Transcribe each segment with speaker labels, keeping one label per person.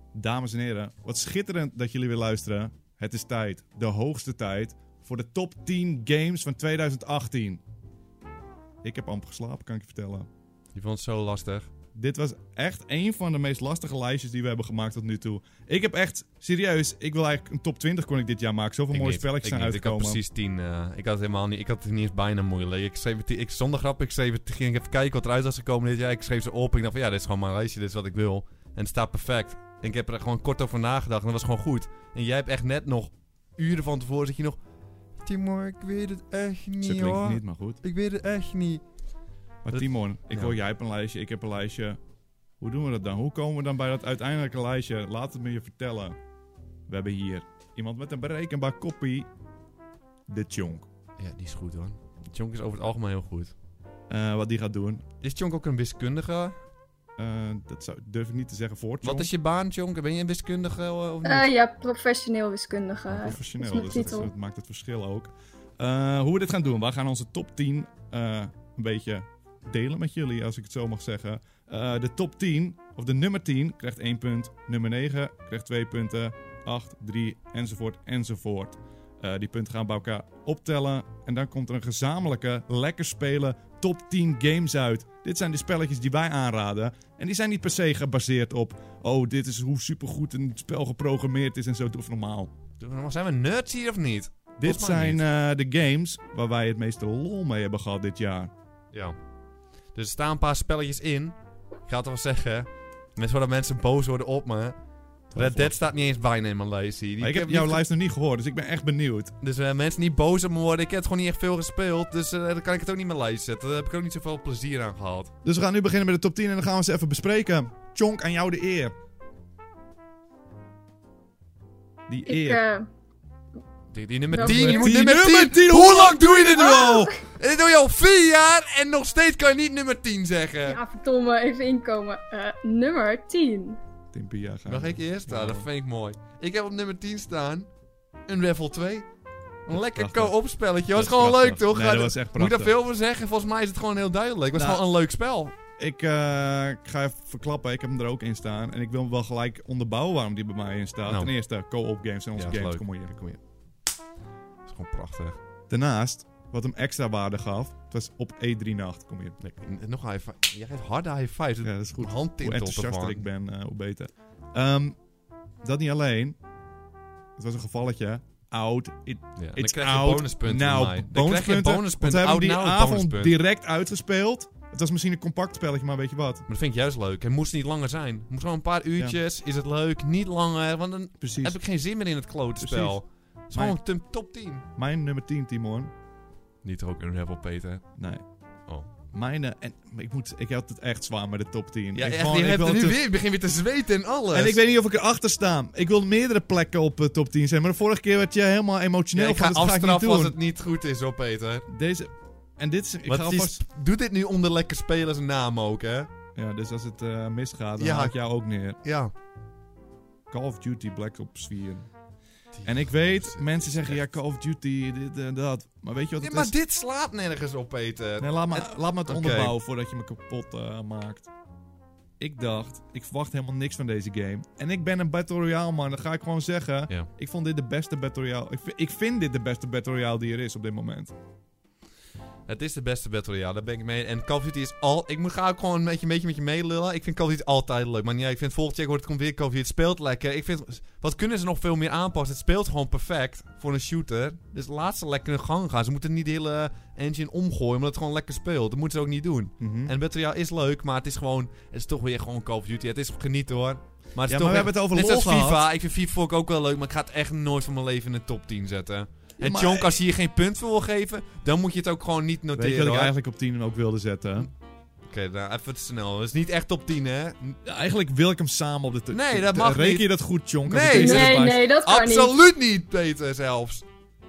Speaker 1: Dames en heren, wat schitterend dat jullie weer luisteren. Het is tijd, de hoogste tijd, voor de top 10 games van 2018. Ik heb amper geslapen, kan ik je vertellen.
Speaker 2: Je vond het zo lastig.
Speaker 1: Dit was echt een van de meest lastige lijstjes die we hebben gemaakt tot nu toe. Ik heb echt, serieus, ik wil eigenlijk een top 20 kon ik dit jaar maken. Zoveel mooie spelletjes zijn uitgekomen.
Speaker 2: Ik had precies 10. Ik had het helemaal niet. Ik had het niet eens bijna moeilijk. Ik schreef het, zonder grap, ging even kijken wat eruit was gekomen dit jaar. Ik schreef ze op. Ik dacht van ja, dit is gewoon mijn lijstje. Dit is wat ik wil. En het staat perfect. En ik heb er gewoon kort over nagedacht. En dat was gewoon goed. En jij hebt echt net nog uren van tevoren zit je nog... Timor, ik weet het echt niet,
Speaker 1: Zo klinkt het niet, maar goed.
Speaker 2: Ik weet het echt niet.
Speaker 1: Maar Timon, jij hebt een lijstje, ik heb een lijstje. Hoe doen we dat dan? Hoe komen we dan bij dat uiteindelijke lijstje? Laat het me je vertellen. We hebben hier iemand met een berekenbaar koppie. De Tjonk.
Speaker 2: Ja, die is goed hoor. De Tjonk is over het algemeen heel goed.
Speaker 1: Wat die gaat doen.
Speaker 2: Is Tjonk ook een wiskundige?
Speaker 1: Dat durf ik niet te zeggen voor Tjonk.
Speaker 2: Wat is je baan, Tjonk? Ben je een wiskundige of niet?
Speaker 3: Ja, professioneel wiskundige.
Speaker 1: Professioneel, dus dat maakt het verschil ook. Hoe we dit gaan doen. We gaan onze top 10 een beetje delen met jullie, als ik het zo mag zeggen. De top 10, of de nummer 10, krijgt 1 punt. Nummer 9 krijgt 2 punten. 8, 3, enzovoort, enzovoort. Die punten gaan bij elkaar optellen. En dan komt er een gezamenlijke, lekker spelen top 10 games uit. Dit zijn de spelletjes die wij aanraden. En die zijn niet per se gebaseerd op... Oh, dit is hoe supergoed een spel geprogrammeerd is en zo. Doe normaal.
Speaker 2: Zijn we nerds hier of niet?
Speaker 1: Dit zijn de games waar wij het meeste lol mee hebben gehad dit jaar.
Speaker 2: Ja. Dus er staan een paar spelletjes in. Ik ga het wel zeggen. Zodat mensen boos worden op me. Red Dead staat niet eens bijna in mijn lijst hier.
Speaker 1: Ik heb jouw lijst nog niet gehoord, dus ik ben echt benieuwd.
Speaker 2: Dus mensen niet boos op me worden. Ik heb het gewoon niet echt veel gespeeld. Dus dan kan ik het ook niet in mijn lijst zetten. Daar heb ik ook niet zoveel plezier aan gehad.
Speaker 1: Dus we gaan nu beginnen met de top 10 en dan gaan we ze even bespreken. Tjonk, aan jou de eer. Die eer.
Speaker 2: Die nummer 10. Je moet
Speaker 1: nummer
Speaker 2: 10. Hoe lang doe je dit nu al? En dit doe je al 4 jaar en nog steeds kan je niet nummer 10 zeggen.
Speaker 3: Ja, verdomme, even inkomen. Nummer 10.
Speaker 1: 10 per jaar gaan.
Speaker 2: Mag ik eerst? Nou, dat vind ik mooi. Ik heb op nummer 10 staan een level 2. Een lekker co-op spelletje. Was gewoon leuk, toch?
Speaker 1: Nee, dat was echt prachtig.
Speaker 2: Moet ik daar veel over zeggen? Volgens mij is het gewoon heel duidelijk. Het was gewoon een leuk spel.
Speaker 1: Ik ga even verklappen, ik heb hem er ook in staan. En ik wil hem wel gelijk onderbouwen waarom die bij mij in staat.
Speaker 2: Nou.
Speaker 1: Ten eerste, co-op games en onze games.
Speaker 2: Leuk.
Speaker 1: Kom hier.
Speaker 2: Dat is gewoon prachtig.
Speaker 1: Daarnaast, wat hem extra waarde gaf, het was op E3-nacht. Kom hier.
Speaker 2: Nog een high five. Jij geeft harde high fives.
Speaker 1: Ja, dat is goed.
Speaker 2: Handtint
Speaker 1: Hoe
Speaker 2: op
Speaker 1: enthousiaster
Speaker 2: ervan.
Speaker 1: ik ben, hoe beter. Dat niet alleen. Het was een gevalletje. Oud.
Speaker 2: Dan
Speaker 1: It's
Speaker 2: krijg je
Speaker 1: out.
Speaker 2: bonuspunten
Speaker 1: Nou,
Speaker 2: van mij. Dan krijg je bonuspunten.
Speaker 1: Want we hebben die
Speaker 2: Oud nou,
Speaker 1: avond
Speaker 2: bonuspunt.
Speaker 1: direct uitgespeeld. Het was misschien een compact spelletje, maar weet je wat?
Speaker 2: Maar dat vind ik juist leuk. Het moest niet langer zijn. Het moest gewoon een paar uurtjes. Is het leuk? Niet langer. Want dan heb ik geen zin meer in het klote spel. Het is gewoon een top 10.
Speaker 1: Mijn nummer 10, Timon.
Speaker 2: Niet ook een Rebel, Peter.
Speaker 1: Nee.
Speaker 2: Oh.
Speaker 1: Mijn, en ik had het echt zwaar met de top 10.
Speaker 2: Ja, ik begin weer te zweten en alles.
Speaker 1: En ik weet niet of ik erachter sta. Ik wil meerdere plekken op top 10 zijn. Maar de vorige keer werd je helemaal emotioneel
Speaker 2: ik
Speaker 1: van.
Speaker 2: ga
Speaker 1: Dat ga ik niet
Speaker 2: afstraffen
Speaker 1: doen.
Speaker 2: als het niet goed is, hoor, Peter.
Speaker 1: Deze... En dit is... Ik ga alvast...
Speaker 2: Doe dit nu onder lekker spelers naam ook, hè?
Speaker 1: Ja, dus als het misgaat, dan haal ik jou ook neer.
Speaker 2: Ja.
Speaker 1: Call of Duty Black Ops 4. En ik weet, mensen zeggen, ja, Call of Duty, dit en dat. Maar weet je wat het
Speaker 2: maar
Speaker 1: is?
Speaker 2: dit slaat nergens op, Peter.
Speaker 1: Nee, laat me het onderbouwen voordat je me kapot maakt. Ik dacht, ik verwacht helemaal niks van deze game. En ik ben een Battle Royale man, dat ga ik gewoon zeggen.
Speaker 2: Ja.
Speaker 1: Ik vond dit de beste Battle Royale. Ik vind dit de beste Battle Royale die er is op dit moment.
Speaker 2: Het is de beste Battle Royale, daar ben ik mee. En Call of Duty is ga ook gewoon een beetje met je meelullen. Ik vind Call of Duty altijd leuk. Maar ja, ik vind volgend jaar komt weer Call of Duty. Het speelt lekker. Ik vind, wat kunnen ze nog veel meer aanpassen? Het speelt gewoon perfect voor een shooter. Dus laat ze lekker in gang gaan. Ze moeten niet de hele engine omgooien, omdat het gewoon lekker speelt. Dat moeten ze ook niet doen. En Battle Royale is leuk, maar het is toch weer gewoon Call of Duty. Het is genieten hoor. Maar het is
Speaker 1: maar we hebben het over lol gehad.
Speaker 2: FIFA. Ik vind FIFA ook wel leuk, maar ik ga het echt nooit van mijn leven in de top 10 zetten. En
Speaker 1: maar
Speaker 2: Tjonk, als je hier geen punt voor wil geven, dan moet je het ook gewoon niet noteren.
Speaker 1: Weet je wat ik eigenlijk op 10 ook wilde zetten?
Speaker 2: Oké, nou even te snel. Dat is niet echt top 10, hè?
Speaker 1: Ja, eigenlijk wil ik hem samen op de...
Speaker 2: Nee, dat mag niet.
Speaker 1: Reken je dat goed, Tjonk?
Speaker 3: Nee, dat kan niet.
Speaker 2: Absoluut niet, Peter, zelfs.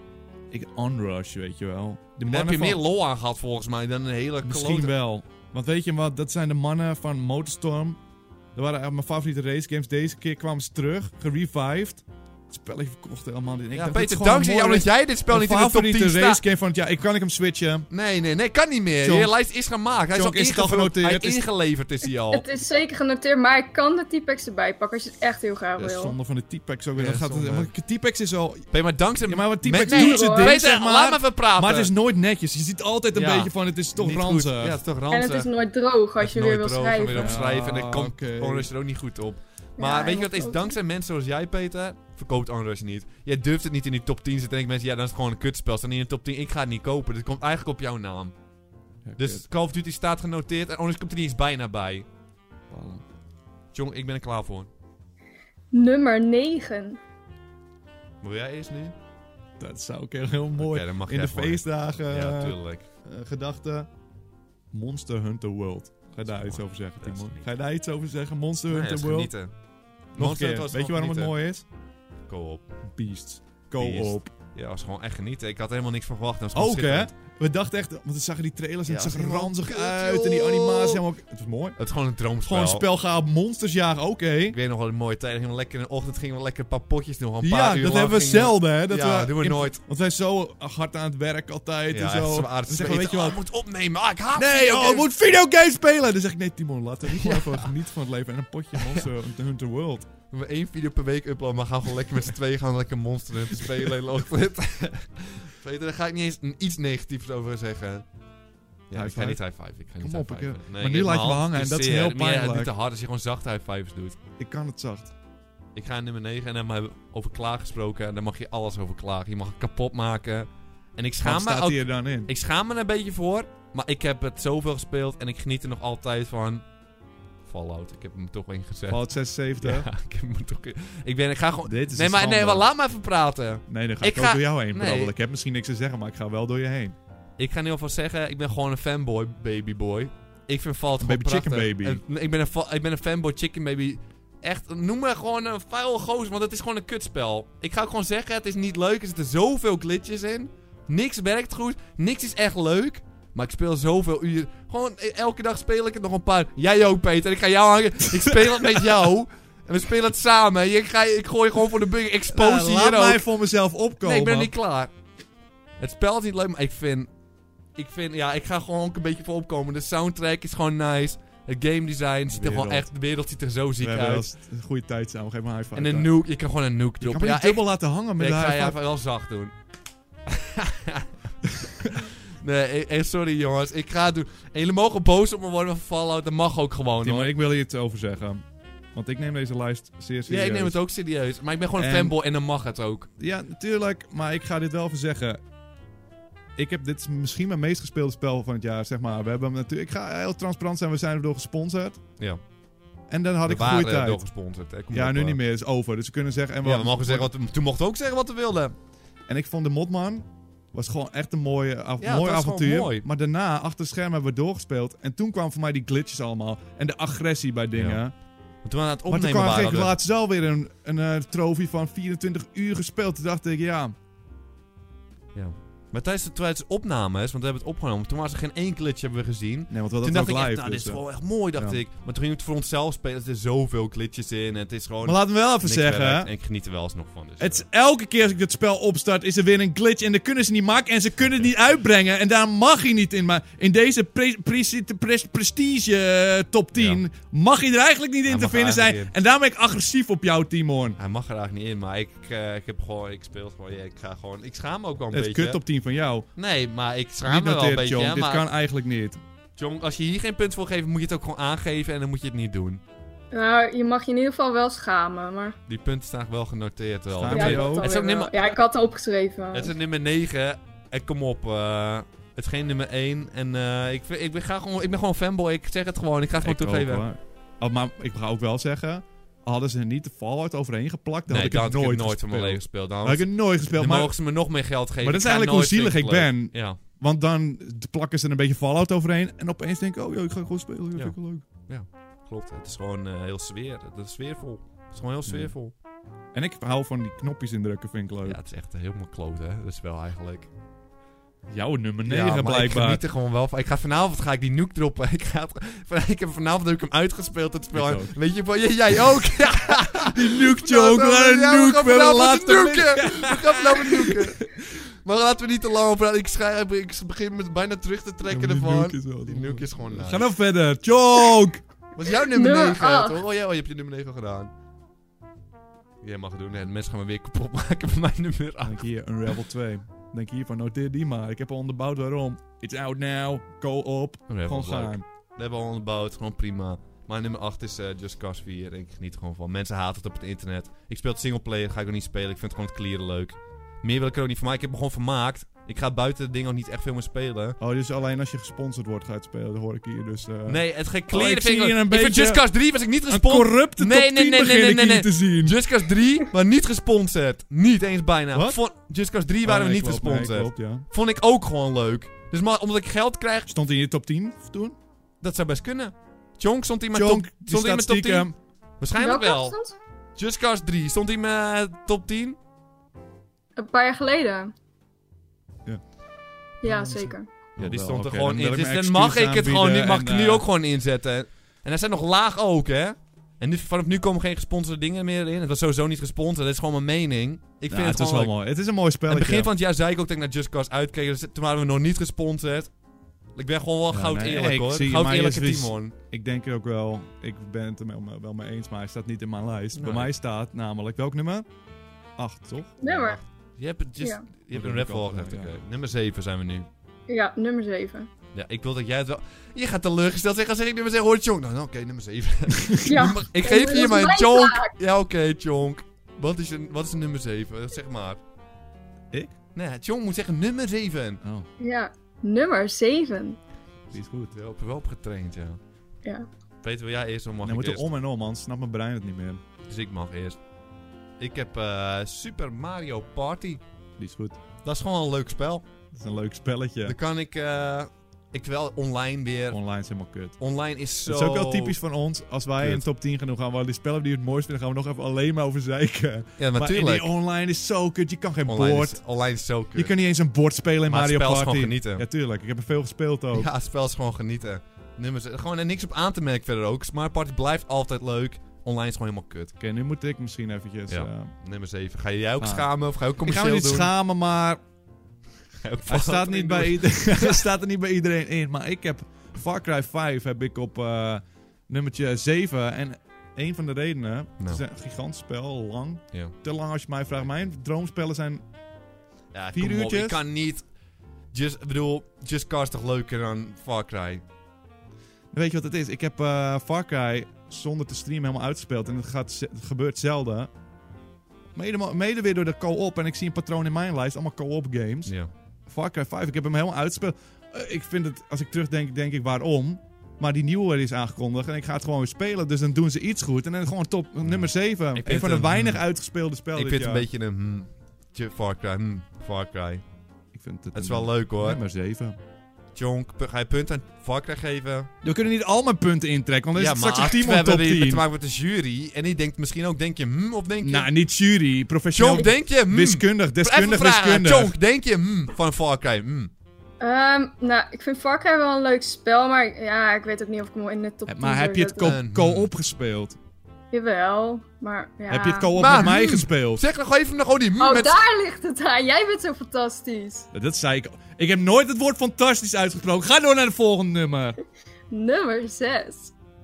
Speaker 1: Onrush, weet je wel.
Speaker 2: Daar heb je meer lol aan gehad, volgens mij, dan een hele
Speaker 1: Misschien wel. Want weet je wat, dat zijn de mannen van Motorstorm. Dat waren mijn favoriete racegames. Deze keer kwamen ze terug, gerevived. Het spelletje verkocht helemaal niet. Ik
Speaker 2: Ja,
Speaker 1: dacht,
Speaker 2: Peter,
Speaker 1: dit is gewoon
Speaker 2: dankzij jou
Speaker 1: mooi.
Speaker 2: dat jij dit spel niet in de top 10
Speaker 1: favoriete
Speaker 2: staat.
Speaker 1: race game van het jaar. Kan ik hem switchen?
Speaker 2: Nee, kan niet meer.
Speaker 1: Jonk.
Speaker 2: Je lijst is gemaakt. Hij is
Speaker 1: Jonk,
Speaker 2: al
Speaker 1: is het al
Speaker 2: ingevuld.
Speaker 1: genoteerd?
Speaker 2: Hij ingeleverd is hij al.
Speaker 3: Het is zeker genoteerd, maar ik kan de T-Pex erbij pakken als je het echt heel graag
Speaker 1: Ja,
Speaker 3: wil.
Speaker 1: zonde van de T-Pex ook weer.
Speaker 2: Ja,
Speaker 1: Dat gaat,
Speaker 2: zonde.
Speaker 1: want T-Pex is al...
Speaker 2: Peter, maar dankzij...
Speaker 1: Ja, maar wat
Speaker 2: Met-
Speaker 1: T-Pex
Speaker 3: nee,
Speaker 1: doet zijn
Speaker 3: hoor.
Speaker 1: ding,
Speaker 2: Peter,
Speaker 1: zeg
Speaker 2: laat me
Speaker 1: maar.
Speaker 2: even praten.
Speaker 1: Maar het is nooit netjes. Je ziet altijd een
Speaker 2: Ja.
Speaker 1: beetje van, het is toch
Speaker 2: Niet goed.
Speaker 1: ranzig.
Speaker 2: Ja, het is toch
Speaker 3: En
Speaker 2: ranzig.
Speaker 3: het is nooit droog als
Speaker 2: Het
Speaker 3: je
Speaker 2: is
Speaker 3: weer
Speaker 2: nooit
Speaker 3: wil
Speaker 2: droog,
Speaker 3: schrijven.
Speaker 2: weer op schrijven en dan komt
Speaker 1: oké.
Speaker 2: Onrush er ook niet goed op. Maar
Speaker 3: Ja,
Speaker 2: weet je wat
Speaker 3: dat
Speaker 2: is?
Speaker 3: ook.
Speaker 2: Dankzij mensen zoals jij, Peter, verkoopt Onrush niet. Jij durft het niet in die top 10 te denken mensen, ja, dan is het gewoon een kutspel. Staan niet in de top 10, ik ga het niet kopen. Dit komt eigenlijk op jouw naam.
Speaker 1: Ja,
Speaker 2: Dus
Speaker 1: kut.
Speaker 2: Call of Duty staat genoteerd en Onrush komt er niet eens bijna bij.
Speaker 1: Balen.
Speaker 2: Jong, ik ben er klaar voor.
Speaker 3: Nummer 9.
Speaker 2: Wil jij eerst nu?
Speaker 1: Dat zou ook heel mooi.
Speaker 2: Oké, dan mag
Speaker 1: in
Speaker 2: jij
Speaker 1: de
Speaker 2: gewoon.
Speaker 1: feestdagen
Speaker 2: Ja, tuurlijk.
Speaker 1: gedachte. Monster Hunter World. Ga je daar
Speaker 2: Dat is
Speaker 1: iets
Speaker 2: mooi.
Speaker 1: over zeggen,
Speaker 2: Dat is
Speaker 1: Timon?
Speaker 2: niet.
Speaker 1: Ga je daar iets over zeggen? Monster
Speaker 2: Nee,
Speaker 1: Hunter
Speaker 2: dat is
Speaker 1: World?
Speaker 2: genieten.
Speaker 1: Nog een
Speaker 2: Monster
Speaker 1: keer.
Speaker 2: was
Speaker 1: Weet je waarom het
Speaker 2: genieten.
Speaker 1: mooi is?
Speaker 2: Co-op.
Speaker 1: Beasts.
Speaker 2: Beast.
Speaker 1: Co-op.
Speaker 2: Ja, was gewoon echt genieten. Ik had er helemaal niks van verwacht. Dat was gewoon
Speaker 1: Ook hè?
Speaker 2: schitterend.
Speaker 1: We dachten echt, want we zagen die trailers en
Speaker 2: Ja,
Speaker 1: het zag
Speaker 2: het
Speaker 1: er
Speaker 2: was
Speaker 1: ranzig
Speaker 2: helemaal
Speaker 1: uit.
Speaker 2: kut,
Speaker 1: En die
Speaker 2: joh.
Speaker 1: animatie helemaal... Het was mooi.
Speaker 2: Het is gewoon een droomspel.
Speaker 1: Gewoon een spel gaan op monsters jagen, oké.
Speaker 2: Ik weet nog wel een mooie tijd. Gingen we lekker in de ochtend gingen we lekker een paar potjes doen. Gewoon een paar
Speaker 1: Ja,
Speaker 2: uur
Speaker 1: dat
Speaker 2: lang
Speaker 1: hebben we
Speaker 2: gingen
Speaker 1: zelden hè. Dat
Speaker 2: ja, doen we nooit.
Speaker 1: Want wij zijn zo hard aan het werk altijd
Speaker 2: Ja,
Speaker 1: en zo.
Speaker 2: echt zwaar.
Speaker 1: Dan zeggen we, weet je wat?
Speaker 2: Ik moet opnemen. Ik haat
Speaker 1: Nee,
Speaker 2: videogames.
Speaker 1: ik moet videogames spelen! Dan zeg ik, nee Timon, laten we gewoon even genieten van het leven. En een potje Monster Hunter World.
Speaker 2: We hebben 1 video per week uploaden, maar gaan gewoon lekker met z'n tweeën gaan lekker Monster Hunter spelen. De hele ochtend. Peter, daar ga ik niet eens iets negatiefs over zeggen. Ja, ik ga niet high five. Ik ga niet
Speaker 1: Kom op,
Speaker 2: high fiven. Nee,
Speaker 1: maar nu
Speaker 2: ik
Speaker 1: laat
Speaker 2: heb
Speaker 1: je me
Speaker 2: mijn
Speaker 1: hangen
Speaker 2: hand
Speaker 1: en dat is
Speaker 2: zeer.
Speaker 1: heel
Speaker 2: Meer, het
Speaker 1: pijnlijk.
Speaker 2: doet te hard als je gewoon zacht high fives doet.
Speaker 1: Ik kan het zacht.
Speaker 2: Ik ga in nummer 9 en dan hebben we over klaar gesproken. En daar mag je alles over klagen. Je mag het kapot maken. En ik
Speaker 1: Wat
Speaker 2: schaam me
Speaker 1: staat
Speaker 2: ook.
Speaker 1: hier dan in?
Speaker 2: Ik schaam me er een beetje voor. Maar ik heb het zoveel gespeeld en ik geniet er nog altijd van. Fallout. Ik heb hem toch ingezet.
Speaker 1: Fallout 76.
Speaker 2: Ja, ik heb hem toch. Ik ga gewoon.
Speaker 1: Dit is
Speaker 2: Nee,
Speaker 1: een
Speaker 2: maar
Speaker 1: schande.
Speaker 2: laat me even praten.
Speaker 1: Nee, dan ga
Speaker 2: Ik
Speaker 1: ik ook
Speaker 2: ga-
Speaker 1: door jou heen
Speaker 2: nee.
Speaker 1: brabbelen. Ik heb misschien niks te zeggen, maar ik ga wel door je heen.
Speaker 2: Ik ga nu alvast zeggen, ik ben gewoon een fanboy, babyboy. Ik vind Fallout
Speaker 1: Baby
Speaker 2: gewoon
Speaker 1: chicken
Speaker 2: prachtig.
Speaker 1: baby.
Speaker 2: En ik ben een fanboy chicken baby. Echt, noem me gewoon een vuil gozer, want het is gewoon een kutspel. Ik ga ook gewoon zeggen, het is niet leuk. Er zitten zoveel glitches in. Niks werkt goed. Niks is echt leuk. Maar ik speel zoveel uur. Gewoon elke dag speel ik het nog een paar. Jij ook, Peter. Ik ga jou hangen. Ik speel het met jou. En we spelen het samen. Ik gooi gewoon voor de bug. Expose hier
Speaker 1: laat
Speaker 2: ook.
Speaker 1: mij voor mezelf opkomen.
Speaker 2: Nee, ik ben er niet klaar. Het spel is niet leuk, maar ik vind, ja, ik ga gewoon ook een beetje voor opkomen. De soundtrack is gewoon nice. Het game design ziet er gewoon
Speaker 1: Wereld.
Speaker 2: echt, de wereld ziet er zo ziek
Speaker 1: We hebben wel
Speaker 2: uit.
Speaker 1: eens een goede tijd samen. Geef me een high five.
Speaker 2: En een
Speaker 1: daar.
Speaker 2: nuke, je kan gewoon een nuke
Speaker 1: Je kan
Speaker 2: droppen.
Speaker 1: me niet
Speaker 2: Ja,
Speaker 1: dubbel laten hangen met
Speaker 2: ik
Speaker 1: de
Speaker 2: ga
Speaker 1: high
Speaker 2: je
Speaker 1: five.
Speaker 2: even wel zacht doen. Nee, sorry jongens. Ik ga het doen. En jullie mogen boos op me worden van Fallout. Dat mag ook gewoon
Speaker 1: Timo,
Speaker 2: hoor.
Speaker 1: ik wil hier iets over zeggen. Want ik neem deze lijst zeer serieus.
Speaker 2: Ja, ik neem het ook serieus. Maar ik ben gewoon een
Speaker 1: En-
Speaker 2: fanboy en dan mag het ook.
Speaker 1: Ja, natuurlijk. Maar ik ga dit wel even zeggen. Dit is misschien mijn meest gespeelde spel van het jaar, zeg maar. We hebben natuurlijk... Ik ga heel transparant zijn. We zijn erdoor gesponsord.
Speaker 2: Ja.
Speaker 1: En dan had
Speaker 2: We
Speaker 1: ik een goede
Speaker 2: waren
Speaker 1: tijd.
Speaker 2: door gesponsord. Hè. Kom
Speaker 1: Ja,
Speaker 2: op,
Speaker 1: nu niet meer. Het is over. Dus we kunnen zeggen... En
Speaker 2: Ja, we mogen zeggen toen mochten we ook zeggen wat we wilden.
Speaker 1: En ik vond de Modman... was gewoon echt een mooie,
Speaker 2: het
Speaker 1: mooi
Speaker 2: was gewoon
Speaker 1: avontuur.
Speaker 2: mooi.
Speaker 1: Maar daarna, achter het scherm hebben we doorgespeeld. En toen kwamen voor mij die glitches allemaal. En de agressie bij dingen.
Speaker 2: Ja. Want toen we aan het
Speaker 1: Maar
Speaker 2: opnemen
Speaker 1: toen kwam
Speaker 2: waren...
Speaker 1: ik laatst wel weer een trofee van 24 uur gespeeld. Toen dacht ik, ja...
Speaker 2: Ja. Maar tijdens de opnames, want we hebben het opgenomen, toen was er geen één glitch hebben we gezien.
Speaker 1: Nee, want we
Speaker 2: Toen
Speaker 1: hadden
Speaker 2: dacht
Speaker 1: het
Speaker 2: ik
Speaker 1: ook
Speaker 2: echt,
Speaker 1: live.
Speaker 2: dit is
Speaker 1: dus,
Speaker 2: wel echt mooi, dacht
Speaker 1: ja.
Speaker 2: ik. Maar toen gingen we het voor onszelf spelen, er zitten zoveel glitches in en het is gewoon...
Speaker 1: Maar laten we wel even
Speaker 2: niks
Speaker 1: zeggen...
Speaker 2: werkt. En ik geniet er wel eens nog van. Dus,
Speaker 1: Het is elke keer als ik dit spel opstart, is er weer een glitch. En dat kunnen ze niet maken. En ze kunnen het niet uitbrengen. En daar mag je niet in. Maar in deze prestige top 10 mag je er eigenlijk niet in
Speaker 2: Hij
Speaker 1: te
Speaker 2: mag
Speaker 1: vinden
Speaker 2: er
Speaker 1: zijn.
Speaker 2: eigenlijk
Speaker 1: En daarom ben ik agressief op jou, Timon.
Speaker 2: Hij mag er eigenlijk niet in, maar ik speel het gewoon. Ja, ik schaam me ook wel een
Speaker 1: Het is
Speaker 2: beetje.
Speaker 1: kut top 10 van jou.
Speaker 2: Nee, maar ik schaam
Speaker 1: Niet
Speaker 2: me wel een
Speaker 1: noteerd,
Speaker 2: beetje.
Speaker 1: John.
Speaker 2: hè,
Speaker 1: Dit
Speaker 2: maar
Speaker 1: kan eigenlijk niet.
Speaker 2: John, als je hier geen punt voor geeft, moet je het ook gewoon aangeven en dan moet je het niet doen.
Speaker 3: Nou, je mag je in ieder geval wel schamen, maar...
Speaker 2: Die punten staan wel genoteerd wel.
Speaker 1: Schaam
Speaker 3: Ja,
Speaker 1: je
Speaker 3: dat
Speaker 1: ook?
Speaker 3: alweer
Speaker 2: Het is ook
Speaker 3: wel.
Speaker 2: nimmer-
Speaker 3: Ja, ik had het opgeschreven.
Speaker 2: Het is nummer 9. En kom op. Het is geen nummer 1. En ik ben gewoon fanboy. Ik zeg het gewoon. Ik ga het gewoon
Speaker 1: Ik ook,
Speaker 2: toegeven.
Speaker 1: hoor. Oh, maar ik ga ook wel zeggen... Hadden ze er niet de Fallout overheen geplakt, dan
Speaker 2: Nee,
Speaker 1: had
Speaker 2: dat
Speaker 1: ik
Speaker 2: had
Speaker 1: het
Speaker 2: ik
Speaker 1: nooit
Speaker 2: nooit van mijn leven
Speaker 1: gespeeld.
Speaker 2: gespeeld.
Speaker 1: Dan had ik het nooit gespeeld.
Speaker 2: Dan
Speaker 1: Maar,
Speaker 2: mogen ze me nog meer geld geven.
Speaker 1: maar dat is
Speaker 2: Ik ga
Speaker 1: eigenlijk hoe
Speaker 2: nooit
Speaker 1: zielig ik
Speaker 2: vind het
Speaker 1: ben.
Speaker 2: leuk. Ja.
Speaker 1: Want dan plakken ze er een beetje Fallout overheen. En opeens denk ik, oh joh, ik ga gewoon spelen. Dat
Speaker 2: Ja.
Speaker 1: vind ik wel leuk.
Speaker 2: Klopt, het is gewoon heel sfeervol. Het is gewoon heel sfeervol.
Speaker 1: En ik hou van die knopjes indrukken, vind ik leuk.
Speaker 2: Ja, het is echt helemaal kloot, hè. Dat is wel eigenlijk...
Speaker 1: Jouw nummer 9
Speaker 2: ja, maar ik
Speaker 1: blijkbaar.
Speaker 2: geniet er gewoon wel van. Vanavond ga ik die nuke droppen. Vanavond heb ik hem uitgespeeld, het spel.
Speaker 1: Ik ook.
Speaker 2: Weet je, jij ook? Ja,
Speaker 1: Die nuke, Chonk. We gaan een nuke. We hebben de laatste
Speaker 2: We gaan vanavond nuken. Maar laten we niet te lang over praten. Ik begin met bijna terug te trekken ervan. Die nuke is gewoon nice.
Speaker 1: Ga nou verder. Chonk!
Speaker 2: Wat is jouw nummer
Speaker 3: Nummer
Speaker 2: 9?
Speaker 3: 8.
Speaker 2: Oh ja, je hebt je nummer 9 al gedaan. Jij mag het doen. Nee, de mensen gaan me weer kapot maken van mijn nummer 8.
Speaker 1: Denk hier, Unravel 2. Denk hiervan, noteer die maar. Ik heb al onderbouwd waarom. It's out now. Go op. Gewoon gaan.
Speaker 2: We hebben al onderbouwd. Gewoon prima. Mijn nummer 8 is Just Cause 4. En ik geniet er gewoon van. Mensen haten het op het internet. Ik speel het singleplayer. Ga ik ook niet spelen. Ik vind het gewoon het klieren leuk. Meer wil ik er ook niet van maken. Ik heb me gewoon vermaakt. Ik ga buiten de dingen ook niet echt veel meer spelen.
Speaker 1: Oh, dus alleen als je gesponsord wordt ga je het spelen. Dat hoor ik hier dus...
Speaker 2: Nee, het geen
Speaker 1: ik
Speaker 2: kleren
Speaker 1: zie
Speaker 2: vind
Speaker 1: hier een
Speaker 2: ik vind
Speaker 1: beetje
Speaker 2: Just Cause 3 was ik niet
Speaker 1: een
Speaker 2: gesponsord.
Speaker 1: corrupte top 10 begin ik hier te zien.
Speaker 2: Just Cause 3 maar niet gesponsord. Niet eens bijna.
Speaker 1: Wat?
Speaker 2: Just Cause 3 waren we niet gesponsord.
Speaker 1: Nee, klopt, ja.
Speaker 2: Vond ik ook gewoon leuk. Dus maar omdat ik geld krijg,
Speaker 1: Stond hij in je top 10 toen?
Speaker 2: dat zou best kunnen. Chonk stond hij in mijn
Speaker 1: Chonk,
Speaker 2: top,
Speaker 1: die
Speaker 2: stond hij in
Speaker 1: staat
Speaker 2: mijn top 10?
Speaker 1: stiekem.
Speaker 2: Waarschijnlijk
Speaker 3: Welke
Speaker 2: wel.
Speaker 3: afstand?
Speaker 2: Just Cause 3 stond hij in mijn top 10?
Speaker 3: Een paar jaar geleden.
Speaker 1: Ja.
Speaker 3: Ja, zeker.
Speaker 2: Ja, die
Speaker 1: Wel,
Speaker 2: stond er
Speaker 1: oké,
Speaker 2: gewoon
Speaker 1: dan wil
Speaker 2: in.
Speaker 1: ik
Speaker 2: Dus
Speaker 1: mijn
Speaker 2: dan mag
Speaker 1: excuus
Speaker 2: ik het gewoon niet. Mag ik
Speaker 1: aanbieden
Speaker 2: het nu
Speaker 1: en,
Speaker 2: ook gewoon inzetten. En hij zijn nog laag ook, hè? En nu, vanaf nu komen geen gesponsorde dingen meer in. Het was sowieso niet gesponsord. Dat is gewoon mijn mening. Ik vind
Speaker 1: Ja,
Speaker 2: het
Speaker 1: is
Speaker 2: gewoon
Speaker 1: wel
Speaker 2: leuk.
Speaker 1: mooi. Het is een mooi
Speaker 2: Aan
Speaker 1: spelletje.
Speaker 2: het begin van het jaar zei ik ook dat ik naar Just Cause uitkeek. Dus toen waren we nog niet gesponsord. Ik ben gewoon wel
Speaker 1: Ja,
Speaker 2: goud
Speaker 1: nee,
Speaker 2: eerlijk,
Speaker 1: ik
Speaker 2: hoor.
Speaker 1: zie je,
Speaker 2: Goud
Speaker 1: maar
Speaker 2: eerlijke
Speaker 1: je is-
Speaker 2: Timon.
Speaker 1: Ik denk het ook wel. Ik ben het er wel mee eens, maar hij staat niet in mijn lijst.
Speaker 2: Nee.
Speaker 1: Bij mij staat namelijk, welk nummer? 8, toch?
Speaker 3: Nummer.
Speaker 2: Je hebt, het
Speaker 3: Ja.
Speaker 2: je hebt
Speaker 1: Dat
Speaker 2: een
Speaker 1: heb
Speaker 2: rap
Speaker 1: ik al
Speaker 2: volgezet,
Speaker 1: gedaan,
Speaker 2: oké.
Speaker 1: ja.
Speaker 2: Nummer 7 zijn we nu.
Speaker 3: Ja, nummer 7.
Speaker 2: Ja, ik wil dat jij het wel... Je gaat teleurgesteld zeggen, zeg ik nummer 7, hoor Chonk. Nou, oké, nummer 7.
Speaker 3: Ja.
Speaker 2: Ik geef
Speaker 3: dat
Speaker 2: je
Speaker 3: is
Speaker 2: mijn
Speaker 3: mijn
Speaker 2: Chonk.
Speaker 3: taak.
Speaker 2: Ja, oké, Chonk. Wat is een nummer 7? Zeg maar.
Speaker 1: Ik?
Speaker 2: Nee, Chonk moet zeggen nummer 7.
Speaker 1: Oh,
Speaker 3: Ja, nummer 7.
Speaker 1: die is goed.
Speaker 2: Wel op getraind, ja.
Speaker 3: Ja.
Speaker 2: Peter, wil jij eerst of mag
Speaker 1: Dan
Speaker 2: ik
Speaker 1: moet er
Speaker 2: eerst?
Speaker 1: om en om, anders snapt mijn brein het niet meer.
Speaker 2: Dus ik mag eerst. Ik heb Super Mario Party.
Speaker 1: Die is goed.
Speaker 2: Dat is gewoon een leuk spel.
Speaker 1: Dat is een leuk spelletje.
Speaker 2: Dan kan ik... ik wel online weer...
Speaker 1: Online is helemaal kut.
Speaker 2: Online is zo...
Speaker 1: Het is ook wel typisch van ons. Als wij
Speaker 2: Kut.
Speaker 1: een top 10 gaan doen, gaan we die spellen die we het mooist vinden, gaan we nog even alleen maar over zeiken.
Speaker 2: Ja,
Speaker 1: Maar
Speaker 2: natuurlijk.
Speaker 1: die online is zo kut. Je kan geen
Speaker 2: Online
Speaker 1: bord.
Speaker 2: online is zo kut.
Speaker 1: Je kan niet eens een bord spelen in
Speaker 2: Maar het
Speaker 1: Mario
Speaker 2: spel is
Speaker 1: Party.
Speaker 2: gewoon genieten.
Speaker 1: Ja, tuurlijk. Ik heb er veel gespeeld ook.
Speaker 2: Ja, het spel is gewoon genieten. Nummers, gewoon er niks op aan te merken verder ook. Mario Party blijft altijd leuk. Online is gewoon helemaal kut.
Speaker 1: Oké, nu moet ik misschien eventjes...
Speaker 2: Ja. Nummer 7. Ga je jij ook
Speaker 1: Ah.
Speaker 2: schamen of ga je ook
Speaker 1: ik ga me
Speaker 2: commercieel
Speaker 1: niet
Speaker 2: doen?
Speaker 1: schamen, maar
Speaker 2: Ga je ook
Speaker 1: hij
Speaker 2: vast
Speaker 1: staat,
Speaker 2: erin
Speaker 1: niet bij
Speaker 2: doen?
Speaker 1: iedereen, hij staat er niet bij iedereen in. Maar ik heb Far Cry 5 heb ik op nummertje 7. En een van de redenen, het
Speaker 2: Nou.
Speaker 1: is een gigantisch spel, lang.
Speaker 2: Ja.
Speaker 1: Te lang als je mij vraagt. Mijn droomspellen zijn...
Speaker 2: Ja,
Speaker 1: 4
Speaker 2: kom op,
Speaker 1: uurtjes?
Speaker 2: ik kan niet... Just Cause is toch leuker dan Far Cry?
Speaker 1: Weet je wat het is? Ik heb Far Cry zonder te streamen helemaal uitgespeeld. En het gebeurt zelden. Mede weer door de co-op. En ik zie een patroon in mijn lijst. Allemaal co-op games.
Speaker 2: Ja.
Speaker 1: Far Cry 5, ik heb hem helemaal uitgespeeld. Ik vind het, als ik terugdenk, denk ik waarom. Maar die nieuwe is aangekondigd en ik ga het gewoon weer spelen. Dus dan doen ze iets goed. En dan gewoon top nummer 7.
Speaker 2: Ik
Speaker 1: Een
Speaker 2: vind
Speaker 1: van de
Speaker 2: het
Speaker 1: weinig uitgespeelde spellen
Speaker 2: Ik
Speaker 1: dit
Speaker 2: vind het
Speaker 1: jaar.
Speaker 2: een beetje een... Far Cry.
Speaker 1: Ik vind
Speaker 2: Het is wel leuk hoor.
Speaker 1: Nummer 7.
Speaker 2: Jonk, ga je punten aan Far Cry geven?
Speaker 1: We kunnen niet al mijn punten intrekken, want dan is het straks een
Speaker 2: we
Speaker 1: Timon
Speaker 2: hebben
Speaker 1: top
Speaker 2: weer
Speaker 1: 10.
Speaker 2: te maken met de jury. En die denkt misschien ook, denk je of denk je...
Speaker 1: Nou, niet jury. Professioneel.
Speaker 2: Jonk, denk je
Speaker 1: Wiskundig, deskundig,
Speaker 2: Even vragen,
Speaker 1: wiskundig.
Speaker 2: Jonk, denk je van Far Cry?
Speaker 3: Nou, ik vind Far Cry wel een leuk spel, maar ja, ik weet ook niet of ik hem in de top 10
Speaker 1: Maar heb je het
Speaker 3: zou zetten.
Speaker 1: co-op gespeeld?
Speaker 3: Jawel, maar ja.
Speaker 1: Heb je het co-op
Speaker 2: Maar,
Speaker 1: met mij gespeeld?
Speaker 2: Zeg nog even nog die
Speaker 3: Oh,
Speaker 2: met...
Speaker 3: daar ligt het aan. Jij bent zo fantastisch.
Speaker 1: Dat zei ik. Ik heb nooit het woord fantastisch uitgesproken. Ga door naar het volgende nummer.
Speaker 3: Nummer 6.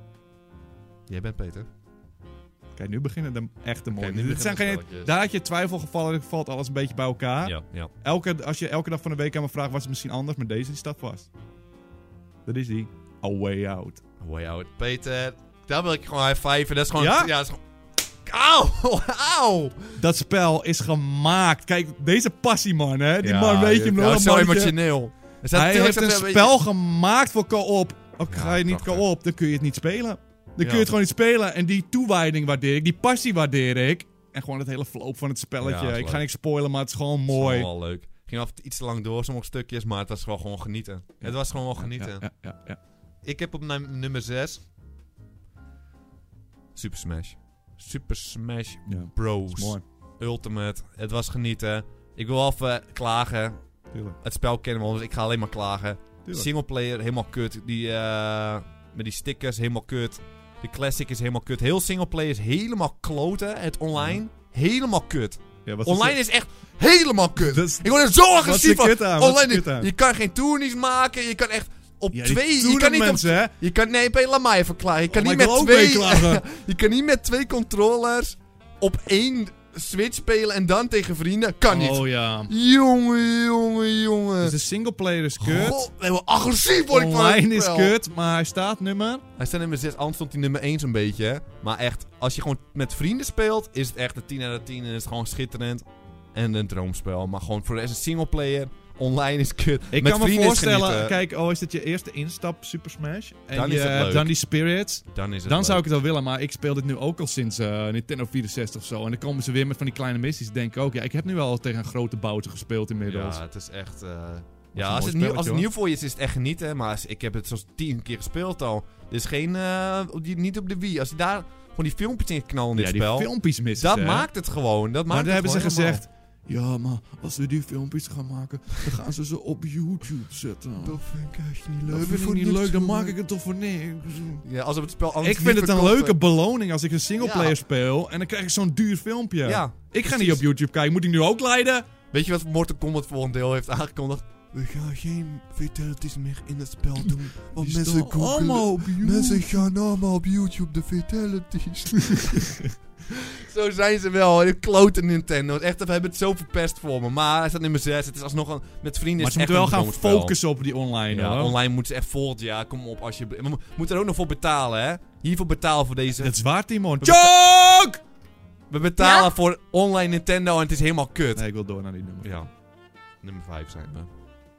Speaker 2: Jij bent Peter.
Speaker 1: Kijk, nu beginnen de echte mooie.
Speaker 2: nu
Speaker 1: Dit zijn
Speaker 2: beginnen de
Speaker 1: geen,
Speaker 2: spelletjes.
Speaker 1: daar had je twijfelgevallen, valt alles een beetje bij elkaar.
Speaker 2: Ja.
Speaker 1: Als je elke dag van de week aan me vraagt, was het misschien anders, maar deze die staat vast. Dat is die. A Way Out.
Speaker 2: Way out. Peter, daar wil ik gewoon high-fiven. Dat is gewoon...
Speaker 1: Ja?
Speaker 2: dat is gewoon... Auw! Auw!
Speaker 1: Dat spel is gemaakt. Kijk, deze passie man, hè. Die
Speaker 2: Ja,
Speaker 1: man, weet je hem nog,
Speaker 2: nou,
Speaker 1: een
Speaker 2: zo
Speaker 1: mannetje.
Speaker 2: emotioneel. Er staat
Speaker 1: Hij
Speaker 2: natuurlijk
Speaker 1: heeft een
Speaker 2: zo'n
Speaker 1: spel gemaakt voor co-op. Ook
Speaker 2: Ja,
Speaker 1: ga je niet
Speaker 2: prachtig.
Speaker 1: co-op, dan kun je het niet spelen. Dan kun
Speaker 2: Ja.
Speaker 1: je het gewoon niet spelen. En die toewijding waardeer ik, die passie waardeer ik. En gewoon het hele verloop van het spelletje.
Speaker 2: Ja, dat is
Speaker 1: Ik ga
Speaker 2: leuk.
Speaker 1: niks spoilen, maar het is gewoon
Speaker 2: beetje...
Speaker 1: mooi.
Speaker 2: wel leuk. Ging af en toe iets te lang door, sommige stukjes, maar het was wel gewoon genieten. Het was gewoon wel genieten.
Speaker 1: Ja.
Speaker 2: Ik heb op nummer 6... Super Smash. Super Smash
Speaker 1: Ja,
Speaker 2: Bros.
Speaker 1: Dat is mooi.
Speaker 2: Ultimate. Het was genieten. Ik wil even klagen.
Speaker 1: Tuurlijk.
Speaker 2: Het spel kennen we al, dus ik ga alleen maar klagen.
Speaker 1: Tuurlijk.
Speaker 2: Singleplayer, helemaal kut. Met die stickers, helemaal kut. De classic is helemaal kut. Heel singleplayer is helemaal kloten. Het online, helemaal kut.
Speaker 1: Ja, wat
Speaker 2: Online is echt helemaal kut.
Speaker 1: Dat
Speaker 2: Ik word er zo agressief
Speaker 1: Wat is er kut aan? Wat is er
Speaker 2: Online,
Speaker 1: kut aan?
Speaker 2: je kan geen tournees maken. Je kan echt op
Speaker 1: Ja,
Speaker 2: twee...
Speaker 1: die
Speaker 2: Je kan niet op...
Speaker 1: mensen, hè?
Speaker 2: Je kan, nee, laat mij even klaar. Je kan
Speaker 1: maar
Speaker 2: niet
Speaker 1: ik wil
Speaker 2: met
Speaker 1: ook
Speaker 2: twee...
Speaker 1: meeklagen.
Speaker 2: Je kan niet met 2 controllers op 1 Switch spelen en dan tegen vrienden. Kan niet.
Speaker 1: Oh ja.
Speaker 2: Jongen.
Speaker 1: Dus de singleplayer is kut.
Speaker 2: God, helemaal agressief word ik van het
Speaker 1: Online is
Speaker 2: spel.
Speaker 1: kut, maar hij staat nummer.
Speaker 2: Hij staat nummer 6, anders stond hij nummer 1 zo'n beetje. Hè. Maar echt, als je gewoon met vrienden speelt, is het echt een 10 uit 10 en is het gewoon schitterend. En een droomspel. Maar gewoon voor de rest een singleplayer. Online is kut.
Speaker 1: Ik
Speaker 2: met
Speaker 1: kan me
Speaker 2: vrienden is
Speaker 1: voorstellen,
Speaker 2: genieten.
Speaker 1: kijk, is dit je eerste instap Super Smash? En
Speaker 2: Dan is het leuk.
Speaker 1: dan die Spirits.
Speaker 2: Dan is het
Speaker 1: Dan
Speaker 2: leuk.
Speaker 1: zou ik het wel willen, maar ik speel dit nu ook al sinds Nintendo 64 of zo. En dan komen ze weer met van die kleine missies. Denk ik ook, ja, ik heb nu al tegen een grote bouten gespeeld inmiddels.
Speaker 2: Ja, het is echt...
Speaker 1: een
Speaker 2: ja,
Speaker 1: mooi
Speaker 2: als
Speaker 1: spelletje,
Speaker 2: het
Speaker 1: hoor.
Speaker 2: nieuw voor je is het echt genieten. Maar ik heb het zo'n 10 keer gespeeld al. Er is geen... niet op de Wii. Als je daar gewoon die filmpjes in knallen in dit
Speaker 1: Ja, die
Speaker 2: spel...
Speaker 1: filmpjes missen
Speaker 2: Dat
Speaker 1: ze, hè?
Speaker 2: maakt het gewoon. Dat
Speaker 1: Maar
Speaker 2: maakt
Speaker 1: dan
Speaker 2: het
Speaker 1: hebben ze
Speaker 2: gewoon
Speaker 1: gezegd... Ja, maar als we die filmpjes gaan maken, dan gaan ze op YouTube zetten.
Speaker 2: Dat vind ik echt niet leuk.
Speaker 1: Dat vind ik niet leuk, dan maak ik het toch voor niks.
Speaker 2: Ja, als we het spel anders
Speaker 1: Ik vind
Speaker 2: niet
Speaker 1: het een
Speaker 2: verkochten-
Speaker 1: leuke beloning als ik een singleplayer
Speaker 2: Ja.
Speaker 1: speel en dan krijg ik zo'n duur filmpje.
Speaker 2: Ja,
Speaker 1: Ik ga
Speaker 2: precies.
Speaker 1: niet op YouTube kijken, moet ik nu ook leiden?
Speaker 2: Weet je wat Mortal Kombat volgende deel heeft aangekondigd? We gaan geen fatalities meer in het spel doen. Want
Speaker 1: Die
Speaker 2: mensen
Speaker 1: staan allemaal op YouTube.
Speaker 2: Mensen gaan allemaal op YouTube de fatalities. Zo zijn ze wel. De klote Nintendo. Echt, we hebben het zo verpest voor me. Maar hij staat nummer 6. Het is alsnog met vrienden.
Speaker 1: Maar
Speaker 2: is
Speaker 1: ze
Speaker 2: het
Speaker 1: moeten wel
Speaker 2: echt
Speaker 1: gaan
Speaker 2: een droomspel.
Speaker 1: focussen op die online,
Speaker 2: Ja,
Speaker 1: hoor.
Speaker 2: online moeten ze echt volgend jaar. Kom op, alsjeblieft. We moeten er ook nog voor betalen, hè? Hiervoor betalen voor deze.
Speaker 1: Het is waar, Timon.
Speaker 2: We
Speaker 1: Choke!
Speaker 2: We betalen
Speaker 3: Ja?
Speaker 2: voor online Nintendo en het is helemaal kut.
Speaker 1: Nee, ik wil door naar die nummer.
Speaker 2: Ja. Nummer 5 zijn we.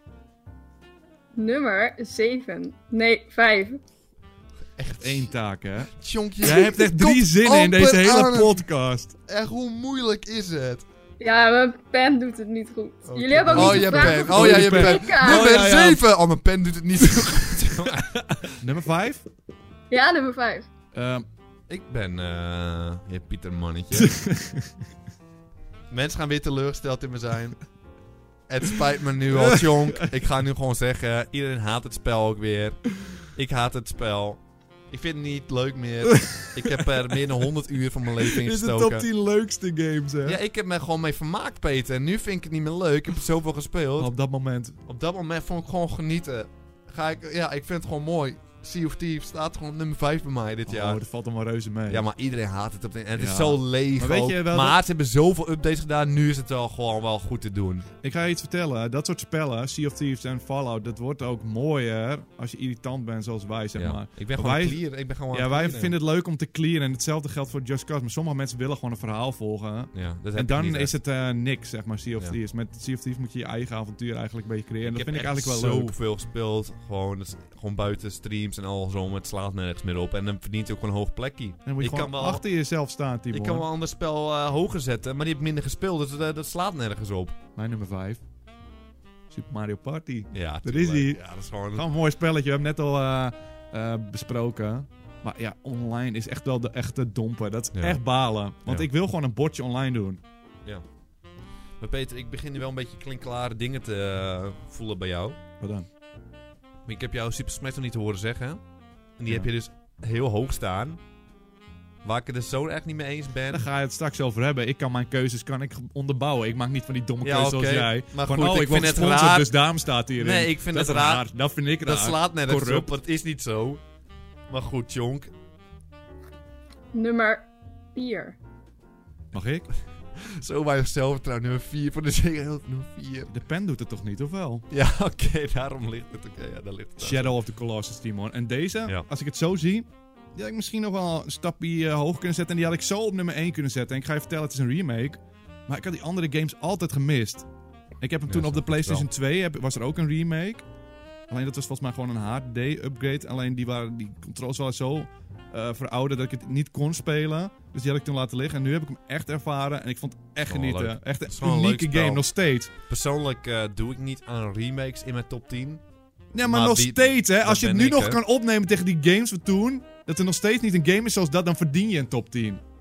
Speaker 3: Nummer 7. Nee, 5.
Speaker 2: Echt
Speaker 1: Eén taak, hè?
Speaker 2: Tjonkje.
Speaker 1: Jij hebt echt 3 zinnen in deze hele podcast.
Speaker 2: Echt, hoe moeilijk is het?
Speaker 3: Ja, mijn pen doet het niet goed.
Speaker 2: Oké.
Speaker 3: Jullie hebben ook
Speaker 2: Oh,
Speaker 3: niet
Speaker 2: je
Speaker 3: gevraagd
Speaker 2: pen.
Speaker 3: of
Speaker 2: Oh ja,
Speaker 3: ik
Speaker 2: je
Speaker 3: het
Speaker 2: pen.
Speaker 3: klikken.
Speaker 2: Nummer
Speaker 1: ja, ja.
Speaker 2: 7! Oh, mijn pen doet het niet zo goed.
Speaker 1: Nummer 5?
Speaker 3: Ja, nummer 5.
Speaker 2: Ik ben, je Pieter Mannetje. Mensen gaan weer teleurgesteld in me zijn. Het spijt me nu al, Tjonk. Ik ga nu gewoon zeggen, iedereen haat het spel ook weer. Ik haat het spel. Ik vind het niet leuk meer. Ik heb er meer dan 100 uur van mijn leven in
Speaker 1: Dit is de
Speaker 2: gestoken.
Speaker 1: top 10 leukste games, hè?
Speaker 2: Ja, ik heb me gewoon mee vermaakt, Peter. En nu vind ik het niet meer leuk. Ik heb er zoveel gespeeld.
Speaker 1: Op dat moment.
Speaker 2: Op dat moment vond ik gewoon genieten. Ik vind het gewoon mooi. Sea of Thieves staat gewoon op nummer 5 bij mij dit jaar.
Speaker 1: Oh, dat valt allemaal reuze mee.
Speaker 2: Ja, maar iedereen haat het. En het
Speaker 1: Ja.
Speaker 2: is zo leeg.
Speaker 1: Maar weet
Speaker 2: ook.
Speaker 1: je wel
Speaker 2: Maar
Speaker 1: dat-
Speaker 2: ze hebben zoveel updates gedaan. Nu is het wel gewoon wel goed te doen.
Speaker 1: Ik ga je iets vertellen. Dat soort spellen, Sea of Thieves en Fallout, dat wordt ook mooier als je irritant bent zoals wij, zeg maar.
Speaker 2: Ik ben
Speaker 1: Maar
Speaker 2: gewoon
Speaker 1: wij-
Speaker 2: clear. Ik ben gewoon
Speaker 1: Ja,
Speaker 2: aan
Speaker 1: wij
Speaker 2: het clearen.
Speaker 1: vinden het leuk om te clearen. En hetzelfde geldt voor Just Cause. Maar sommige mensen willen gewoon een verhaal volgen.
Speaker 2: Ja, dat heb
Speaker 1: En
Speaker 2: ik
Speaker 1: dan
Speaker 2: niet
Speaker 1: is
Speaker 2: echt.
Speaker 1: het niks, zeg maar, Sea of
Speaker 2: Ja.
Speaker 1: Thieves. Met Sea of Thieves moet je je eigen avontuur eigenlijk een beetje creëren. En dat vind ik
Speaker 2: heb
Speaker 1: eigenlijk
Speaker 2: echt
Speaker 1: wel leuk.
Speaker 2: zoveel gespeeld. Gewoon buiten streams en al zo. Het slaat nergens meer op. En dan verdient hij ook gewoon een hoog plekje.
Speaker 1: En dan moet je
Speaker 2: Ik
Speaker 1: gewoon
Speaker 2: kan wel-
Speaker 1: achter jezelf staan, Timon.
Speaker 2: Ik kan wel een ander spel hoger zetten. Maar die heb ik minder gespeeld. Dus dat slaat nergens op.
Speaker 1: Mijn nummer 5. Super Mario Party.
Speaker 2: Ja,
Speaker 1: Daar is
Speaker 2: tuurlijk.
Speaker 1: hij.
Speaker 2: Ja, dat is gewoon...
Speaker 1: Gewoon een mooi spelletje. We hebben het net al besproken. Maar ja, online is echt wel de echte domper. Dat is
Speaker 2: Ja.
Speaker 1: echt balen. Want
Speaker 2: Ja.
Speaker 1: ik wil gewoon een bordje online doen.
Speaker 2: Maar Peter, ik begin nu wel een beetje klinkklare dingen te voelen bij jou.
Speaker 1: Wat dan?
Speaker 2: Maar ik heb jou Super Smash nog niet te horen zeggen. En die
Speaker 1: Ja.
Speaker 2: heb je dus heel hoog staan. Waar ik het dus zo echt niet mee eens ben.
Speaker 1: Daar ga je het straks over hebben. Ik kan mijn keuzes onderbouwen. Ik maak niet van die domme
Speaker 2: Ja,
Speaker 1: keuzes
Speaker 2: oké.
Speaker 1: zoals jij.
Speaker 2: Maar
Speaker 1: Van,
Speaker 2: goed, ik
Speaker 1: ik word
Speaker 2: vind het
Speaker 1: gesponsord,
Speaker 2: raar.
Speaker 1: dus daarom staat hierin.
Speaker 2: Nee, ik vind
Speaker 1: dat
Speaker 2: het
Speaker 1: is
Speaker 2: raar.
Speaker 1: Dat vind ik raar.
Speaker 2: Dat slaat nergens
Speaker 1: Corrupt.
Speaker 2: op, want het is niet zo. Maar goed, Tjonk.
Speaker 3: Nummer 4.
Speaker 1: Mag ik?
Speaker 2: Zo weinig zelfvertrouwen. Nummer 4 voor de zekerheid. Nummer 4.
Speaker 1: De pen doet het toch niet, of wel?
Speaker 2: Ja, oké, daarom ligt het. Oké, ja, daar ligt het.
Speaker 1: Shadow of the Colossus, Timon. En deze,
Speaker 2: Ja.
Speaker 1: als ik het zo zie... Die had ik misschien nog wel een stapje hoog kunnen zetten. En die had ik zo op nummer 1 kunnen zetten. En ik ga je vertellen, het is een remake. Maar ik had die andere games altijd gemist. Ik heb hem
Speaker 2: Ja,
Speaker 1: toen op de
Speaker 2: snap ik
Speaker 1: PlayStation
Speaker 2: wel.
Speaker 1: 2, was er ook een remake. Alleen dat was volgens mij gewoon een HD-upgrade. Alleen die controls waren zo verouderd dat ik het niet kon spelen. Dus die had ik toen laten liggen. En nu heb ik hem echt ervaren. En ik vond het echt
Speaker 2: Oh,
Speaker 1: genieten.
Speaker 2: leuk.
Speaker 1: Echt
Speaker 2: Het is
Speaker 1: een
Speaker 2: gewoon een
Speaker 1: unieke
Speaker 2: leuk spel.
Speaker 1: game, nog steeds.
Speaker 2: Persoonlijk doe ik niet aan remakes in mijn top 10.
Speaker 1: Ja, maar
Speaker 2: Maar
Speaker 1: nog
Speaker 2: wie-
Speaker 1: steeds, hè.
Speaker 2: dat
Speaker 1: Als je het
Speaker 2: ben
Speaker 1: nu
Speaker 2: ik,
Speaker 1: nog
Speaker 2: hè.
Speaker 1: kan opnemen tegen die games van toen... dat er nog steeds niet een game is zoals dat, dan verdien je een top 10.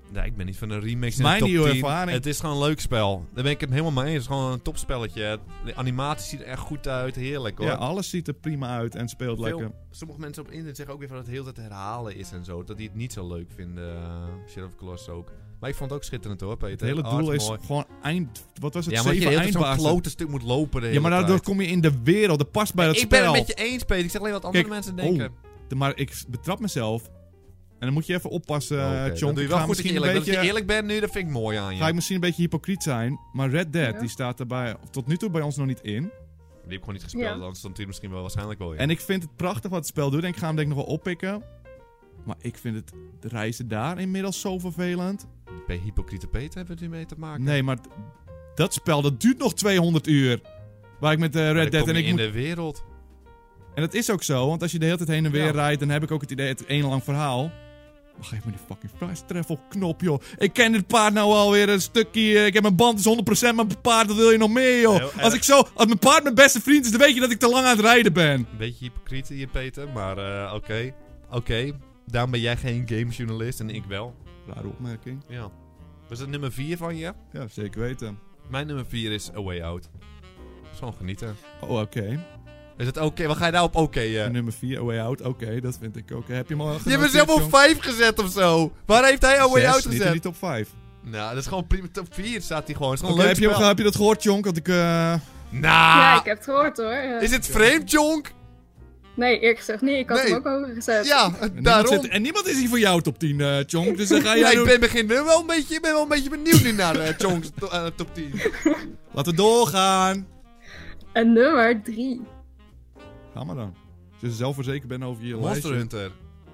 Speaker 2: Nee, ik ben niet van een remix
Speaker 1: is
Speaker 2: in de
Speaker 1: mijn
Speaker 2: top
Speaker 1: nieuwe
Speaker 2: 10.
Speaker 1: ervaring.
Speaker 2: Het is gewoon een leuk spel. Daar ben ik het helemaal mee eens. Het is gewoon een topspelletje. De animatie ziet er echt goed uit. Heerlijk hoor.
Speaker 1: Ja, alles ziet er prima uit en speelt lekker.
Speaker 2: Sommige mensen op internet zeggen ook weer van dat het de hele tijd herhalen is en zo. Dat die het niet zo leuk vinden. Shadow of the Colossus ook. Maar ik vond het ook schitterend hoor, Peter.
Speaker 1: Het hele doel is
Speaker 2: mooi.
Speaker 1: gewoon Wat was het?
Speaker 2: Ja, maar je
Speaker 1: 7
Speaker 2: heel zo'n
Speaker 1: eindbazen.
Speaker 2: klote stuk moet lopen de hele
Speaker 1: Ja, maar daardoor
Speaker 2: tijd.
Speaker 1: kom je in de wereld. Dat past bij dat
Speaker 2: Ik
Speaker 1: spel.
Speaker 2: ben het met je eens, Peter. Ik zeg alleen wat andere
Speaker 1: Kijk,
Speaker 2: mensen denken.
Speaker 1: Maar ik betrap mezelf. En dan moet je even oppassen,
Speaker 2: Oké,
Speaker 1: Chonk.
Speaker 2: dan doe je
Speaker 1: Ik
Speaker 2: wel
Speaker 1: ga
Speaker 2: goed dat je
Speaker 1: misschien
Speaker 2: eerlijk
Speaker 1: een
Speaker 2: bent. Dat je
Speaker 1: beetje...
Speaker 2: eerlijk bent nu, dat vind ik mooi aan je.
Speaker 1: Ga ik misschien een beetje hypocriet zijn. Maar Red Dead,
Speaker 2: Ja.
Speaker 1: die staat erbij tot nu toe bij ons nog niet in.
Speaker 2: Die heb ik gewoon niet gespeeld.
Speaker 3: Ja.
Speaker 2: Anders stond hij misschien wel waarschijnlijk wel in.
Speaker 1: En ik vind het prachtig wat het spel doet. En ik ga hem denk ik nog wel oppikken. Maar ik vind het de reizen daar inmiddels zo vervelend.
Speaker 2: Bij hypocriete Peter hebben we het mee te maken.
Speaker 1: Nee, maar dat spel dat duurt nog 200 uur. Waar ik met
Speaker 2: Maar
Speaker 1: Red
Speaker 2: dan
Speaker 1: Dead
Speaker 2: kom
Speaker 1: en
Speaker 2: je
Speaker 1: ik
Speaker 2: in
Speaker 1: moet...
Speaker 2: de wereld.
Speaker 1: En dat is ook zo, want als je de hele tijd heen en weer
Speaker 2: Ja.
Speaker 1: rijdt, dan heb ik ook het idee, het een lang verhaal. Maar geef me die fucking fast travel knop, joh. Ik ken dit paard nou alweer een stukje. Ik heb mijn band is 100% met mijn paard, wat wil je nog meer, joh?
Speaker 2: Heel erg.
Speaker 1: Als mijn paard mijn beste vriend is, dan weet je dat ik te lang aan het rijden ben.
Speaker 2: Een beetje hypocriet hier, Peter. Maar oké. Oké. Daarom ben jij geen gamejournalist en ik wel.
Speaker 1: Rare opmerking.
Speaker 2: Ja. Was het nummer 4 van je?
Speaker 1: Ja, zeker weten.
Speaker 2: Mijn nummer 4 is A Way Out. Gewoon genieten.
Speaker 1: Oh, oké.
Speaker 2: Is het oké? Wat ga je nou op oké?
Speaker 1: Nummer 4, A Way Out. Oké, dat vind ik oké. Heb je hem al
Speaker 2: Je hebt hem zelf op 5 gezet of zo. Waar heeft hij A Way Out
Speaker 1: Niet in
Speaker 2: gezet?
Speaker 1: die top 5.
Speaker 2: Nou, dat is gewoon prima. Top 4 staat hij gewoon. Het is
Speaker 1: Oké,
Speaker 2: gewoon een leuk spel.
Speaker 1: heb je dat gehoord, Jonk? Want ik...
Speaker 2: Nou,
Speaker 3: Ja, ik heb het gehoord hoor. Ja.
Speaker 2: is het vreemd, Jonk?
Speaker 3: Nee, eerlijk gezegd niet. Ik had
Speaker 2: Nee.
Speaker 3: hem ook hoger gezet.
Speaker 2: Ja, daarom.
Speaker 1: En niemand is hier voor jou top 10, Jonk. Dus dan ga
Speaker 2: Ja,
Speaker 1: jij
Speaker 2: ik
Speaker 1: doen.
Speaker 2: ben wel een beetje benieuwd nu naar Jonks top 10.
Speaker 1: Laten we doorgaan.
Speaker 3: En nummer 3.
Speaker 1: Ga maar dan. Als je zelfverzekerd bent over je
Speaker 2: Monster
Speaker 1: lijstje.
Speaker 2: Hunter.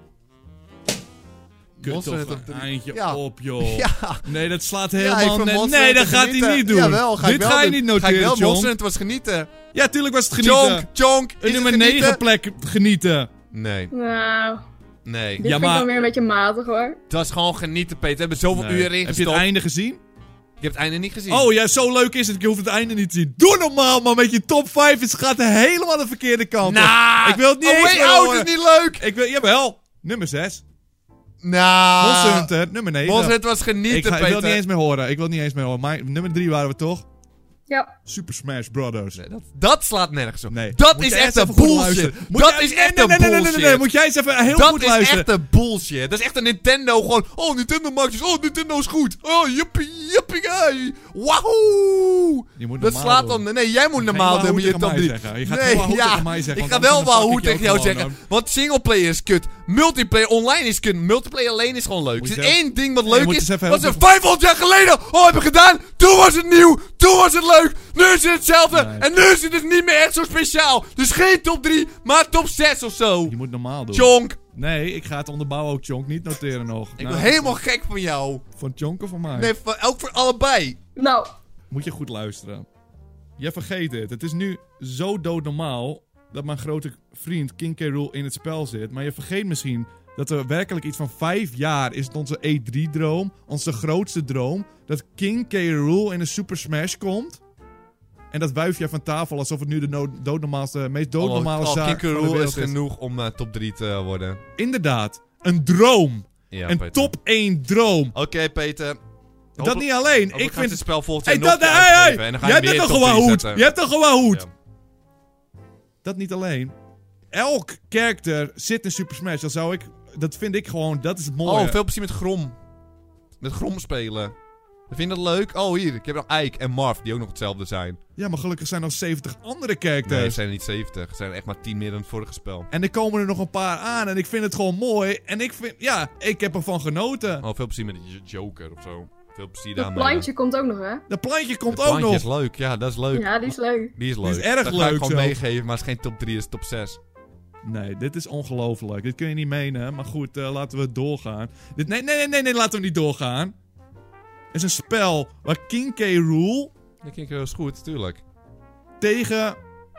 Speaker 1: Kut
Speaker 2: Monster
Speaker 1: toch
Speaker 2: Hunter
Speaker 1: een
Speaker 2: 3.
Speaker 1: eindje
Speaker 2: Ja.
Speaker 1: op, joh.
Speaker 2: Ja.
Speaker 1: Nee, dat slaat
Speaker 2: Ja, ik
Speaker 1: helemaal
Speaker 2: vind
Speaker 1: net.
Speaker 2: Monster
Speaker 1: Nee, dat
Speaker 2: Hunter
Speaker 1: gaat hij
Speaker 2: genieten.
Speaker 1: niet doen.
Speaker 2: Jawel, ga ik
Speaker 1: Dit
Speaker 2: wel
Speaker 1: ga je
Speaker 2: doen.
Speaker 1: niet
Speaker 2: Ga ik
Speaker 1: noteren,
Speaker 2: wel, Monster
Speaker 1: Jonk.
Speaker 2: Hunter was genieten.
Speaker 1: Ja, tuurlijk was het genieten.
Speaker 2: Jonk,
Speaker 1: Een
Speaker 2: is het
Speaker 1: nummer 9
Speaker 2: genieten?
Speaker 1: plek genieten.
Speaker 2: Nee,
Speaker 3: Nou,
Speaker 2: nee.
Speaker 3: dit
Speaker 1: Ja,
Speaker 3: vind ik
Speaker 1: maar-
Speaker 3: dan weer een beetje matig hoor.
Speaker 2: Het was gewoon genieten, Peter. We hebben zoveel
Speaker 1: Nee.
Speaker 2: uren in
Speaker 1: Heb je
Speaker 2: gestopt.
Speaker 1: het einde gezien?
Speaker 2: Je hebt het einde niet gezien.
Speaker 1: Oh ja, zo leuk is het. Ik hoef het einde niet te zien. Doe normaal, man. Met je top 5. Het gaat helemaal de verkeerde kant op.
Speaker 2: Nou,
Speaker 1: Ik wil het niet
Speaker 2: A
Speaker 1: eens
Speaker 2: Way
Speaker 1: meer
Speaker 2: Out
Speaker 1: horen.
Speaker 2: is niet leuk.
Speaker 1: Ik wil, jawel. Nummer 6.
Speaker 2: Nou,
Speaker 1: Monster Hunter, nummer 9.
Speaker 2: Monster Hunter was genieten,
Speaker 1: ik wil
Speaker 2: Peter.
Speaker 1: het niet eens meer horen. Ik wil het niet eens meer horen. Maar nummer 3 waren we toch?
Speaker 3: Ja.
Speaker 1: Super Smash Brothers.
Speaker 2: Nee, dat slaat nergens op.
Speaker 1: Nee.
Speaker 2: Dat
Speaker 1: Moet
Speaker 2: is
Speaker 1: jij
Speaker 2: echt
Speaker 1: eens
Speaker 2: een
Speaker 1: even goed
Speaker 2: bullshit.
Speaker 1: luisteren. Moet
Speaker 2: Dat
Speaker 1: jij-
Speaker 2: is
Speaker 1: nee,
Speaker 2: echt
Speaker 1: nee,
Speaker 2: een
Speaker 1: nee, nee, nee,
Speaker 2: bullshit.
Speaker 1: nee, nee. Moet jij eens even heel
Speaker 2: Dat
Speaker 1: goed
Speaker 2: is
Speaker 1: luisteren.
Speaker 2: echt een bullshit. Dat is echt een Nintendo gewoon. Oh, Nintendo maakt dus. Oh, Nintendo is goed. Oh, jippie, jippie, hey. Wahoo.
Speaker 1: Je moet
Speaker 2: Dat
Speaker 1: normaal
Speaker 2: slaat
Speaker 1: doen.
Speaker 2: dan. Nee, jij moet
Speaker 1: Geen
Speaker 2: normaal doen
Speaker 1: wahoo
Speaker 2: met je
Speaker 1: tegen
Speaker 2: top
Speaker 1: mij
Speaker 2: 3.
Speaker 1: zeggen. Je gaat geen wahoo tegen mij zeggen,
Speaker 2: Ik
Speaker 1: want
Speaker 2: ga wel
Speaker 1: anders dan
Speaker 2: wahoo
Speaker 1: pak ik je
Speaker 2: tegen jou
Speaker 1: ook gewoon,
Speaker 2: zeggen. Want singleplayer is kut. Multiplayer online is kut. Multiplayer alleen is gewoon leuk.
Speaker 1: Moet
Speaker 2: Er
Speaker 1: je
Speaker 2: is
Speaker 1: zelf-
Speaker 2: één ding wat
Speaker 1: Nee, je
Speaker 2: leuk
Speaker 1: moet
Speaker 2: is.
Speaker 1: eens even
Speaker 2: Wat
Speaker 1: heel
Speaker 2: ze 500 jaar geleden al hebben gedaan. Toen was het nieuw. Toen was het leuk. Nu is het hetzelfde.
Speaker 1: Nee.
Speaker 2: En nu is het dus niet meer echt zo speciaal. Dus geen top 3, maar top 6 of zo.
Speaker 1: Je moet normaal doen.
Speaker 2: Jonk.
Speaker 1: Nee, ik ga het onderbouwen ook, Chonk. Niet noteren nog.
Speaker 2: Ik ben helemaal gek van jou.
Speaker 1: Van Chonk of van mij?
Speaker 2: Nee, ook voor allebei.
Speaker 3: Nou,
Speaker 1: Moet je goed luisteren. Je vergeet het. Het is nu zo doodnormaal dat mijn grote vriend King K. Rool in het spel zit. Maar je vergeet misschien dat er werkelijk iets van 5 jaar is het onze E3-droom. Onze grootste droom. Dat King K. Rool in een Super Smash komt. En dat wuif je van tafel alsof het nu de doodnormaalste, meest doodnormale zaak
Speaker 2: Kick
Speaker 1: van de
Speaker 2: Rule
Speaker 1: wereld
Speaker 2: is
Speaker 1: is.
Speaker 2: genoeg om top 3 te worden.
Speaker 1: Inderdaad. Een droom.
Speaker 2: Ja,
Speaker 1: Een
Speaker 2: Peter.
Speaker 1: top 1 droom.
Speaker 2: Oké, Peter.
Speaker 1: Dat niet alleen.
Speaker 2: Ik
Speaker 1: Ik vind
Speaker 2: het spel volgend jaar
Speaker 1: Hey,
Speaker 2: nog
Speaker 1: dat,
Speaker 2: een keer
Speaker 1: hey,
Speaker 2: uitgeven.
Speaker 1: hey.
Speaker 2: En dan ga
Speaker 1: Jij
Speaker 2: je
Speaker 1: bent
Speaker 2: meer
Speaker 1: toch
Speaker 2: top
Speaker 1: gewoon
Speaker 2: 3
Speaker 1: goed.
Speaker 2: zetten.
Speaker 1: Je hebt toch gewoon goed.
Speaker 2: Ja.
Speaker 1: Dat niet alleen. Elk karakter zit in Super Smash. Dat vind ik gewoon, dat is het mooie.
Speaker 2: Oh, veel plezier met Grom. Met Grom spelen. Vind je dat leuk? Oh, hier. Ik heb nog Ike en Marv, die ook nog hetzelfde zijn.
Speaker 1: Ja, maar gelukkig zijn er nog 70 andere
Speaker 2: Nee,
Speaker 1: characters.
Speaker 2: het zijn er niet 70. Het zijn er echt maar 10 meer dan het vorige spel.
Speaker 1: En er komen er nog een paar aan. En ik vind het gewoon mooi. En ik heb ervan genoten.
Speaker 2: Oh, veel plezier met de Joker of zo. Veel plezier
Speaker 3: dat
Speaker 2: daarmee.
Speaker 3: plantje komt ook nog hè.
Speaker 1: Dat plantje komt
Speaker 2: Het
Speaker 1: ook
Speaker 2: plantje
Speaker 1: nog.
Speaker 2: is leuk. Ja, dat is leuk.
Speaker 3: Ja, die is leuk.
Speaker 2: Die is
Speaker 1: Die
Speaker 2: leuk.
Speaker 1: is erg
Speaker 2: dat ga ik
Speaker 1: leuk
Speaker 2: gewoon
Speaker 1: zelf.
Speaker 2: meegeven, maar het is geen top 3, het is top 6.
Speaker 1: Nee, dit is ongelooflijk. Dit kun je niet menen. Maar goed, laten we doorgaan. Nee, laten we niet doorgaan. Het is een spel waar King K. Rool
Speaker 2: Dat klinkt heel goed, tuurlijk.
Speaker 1: tegen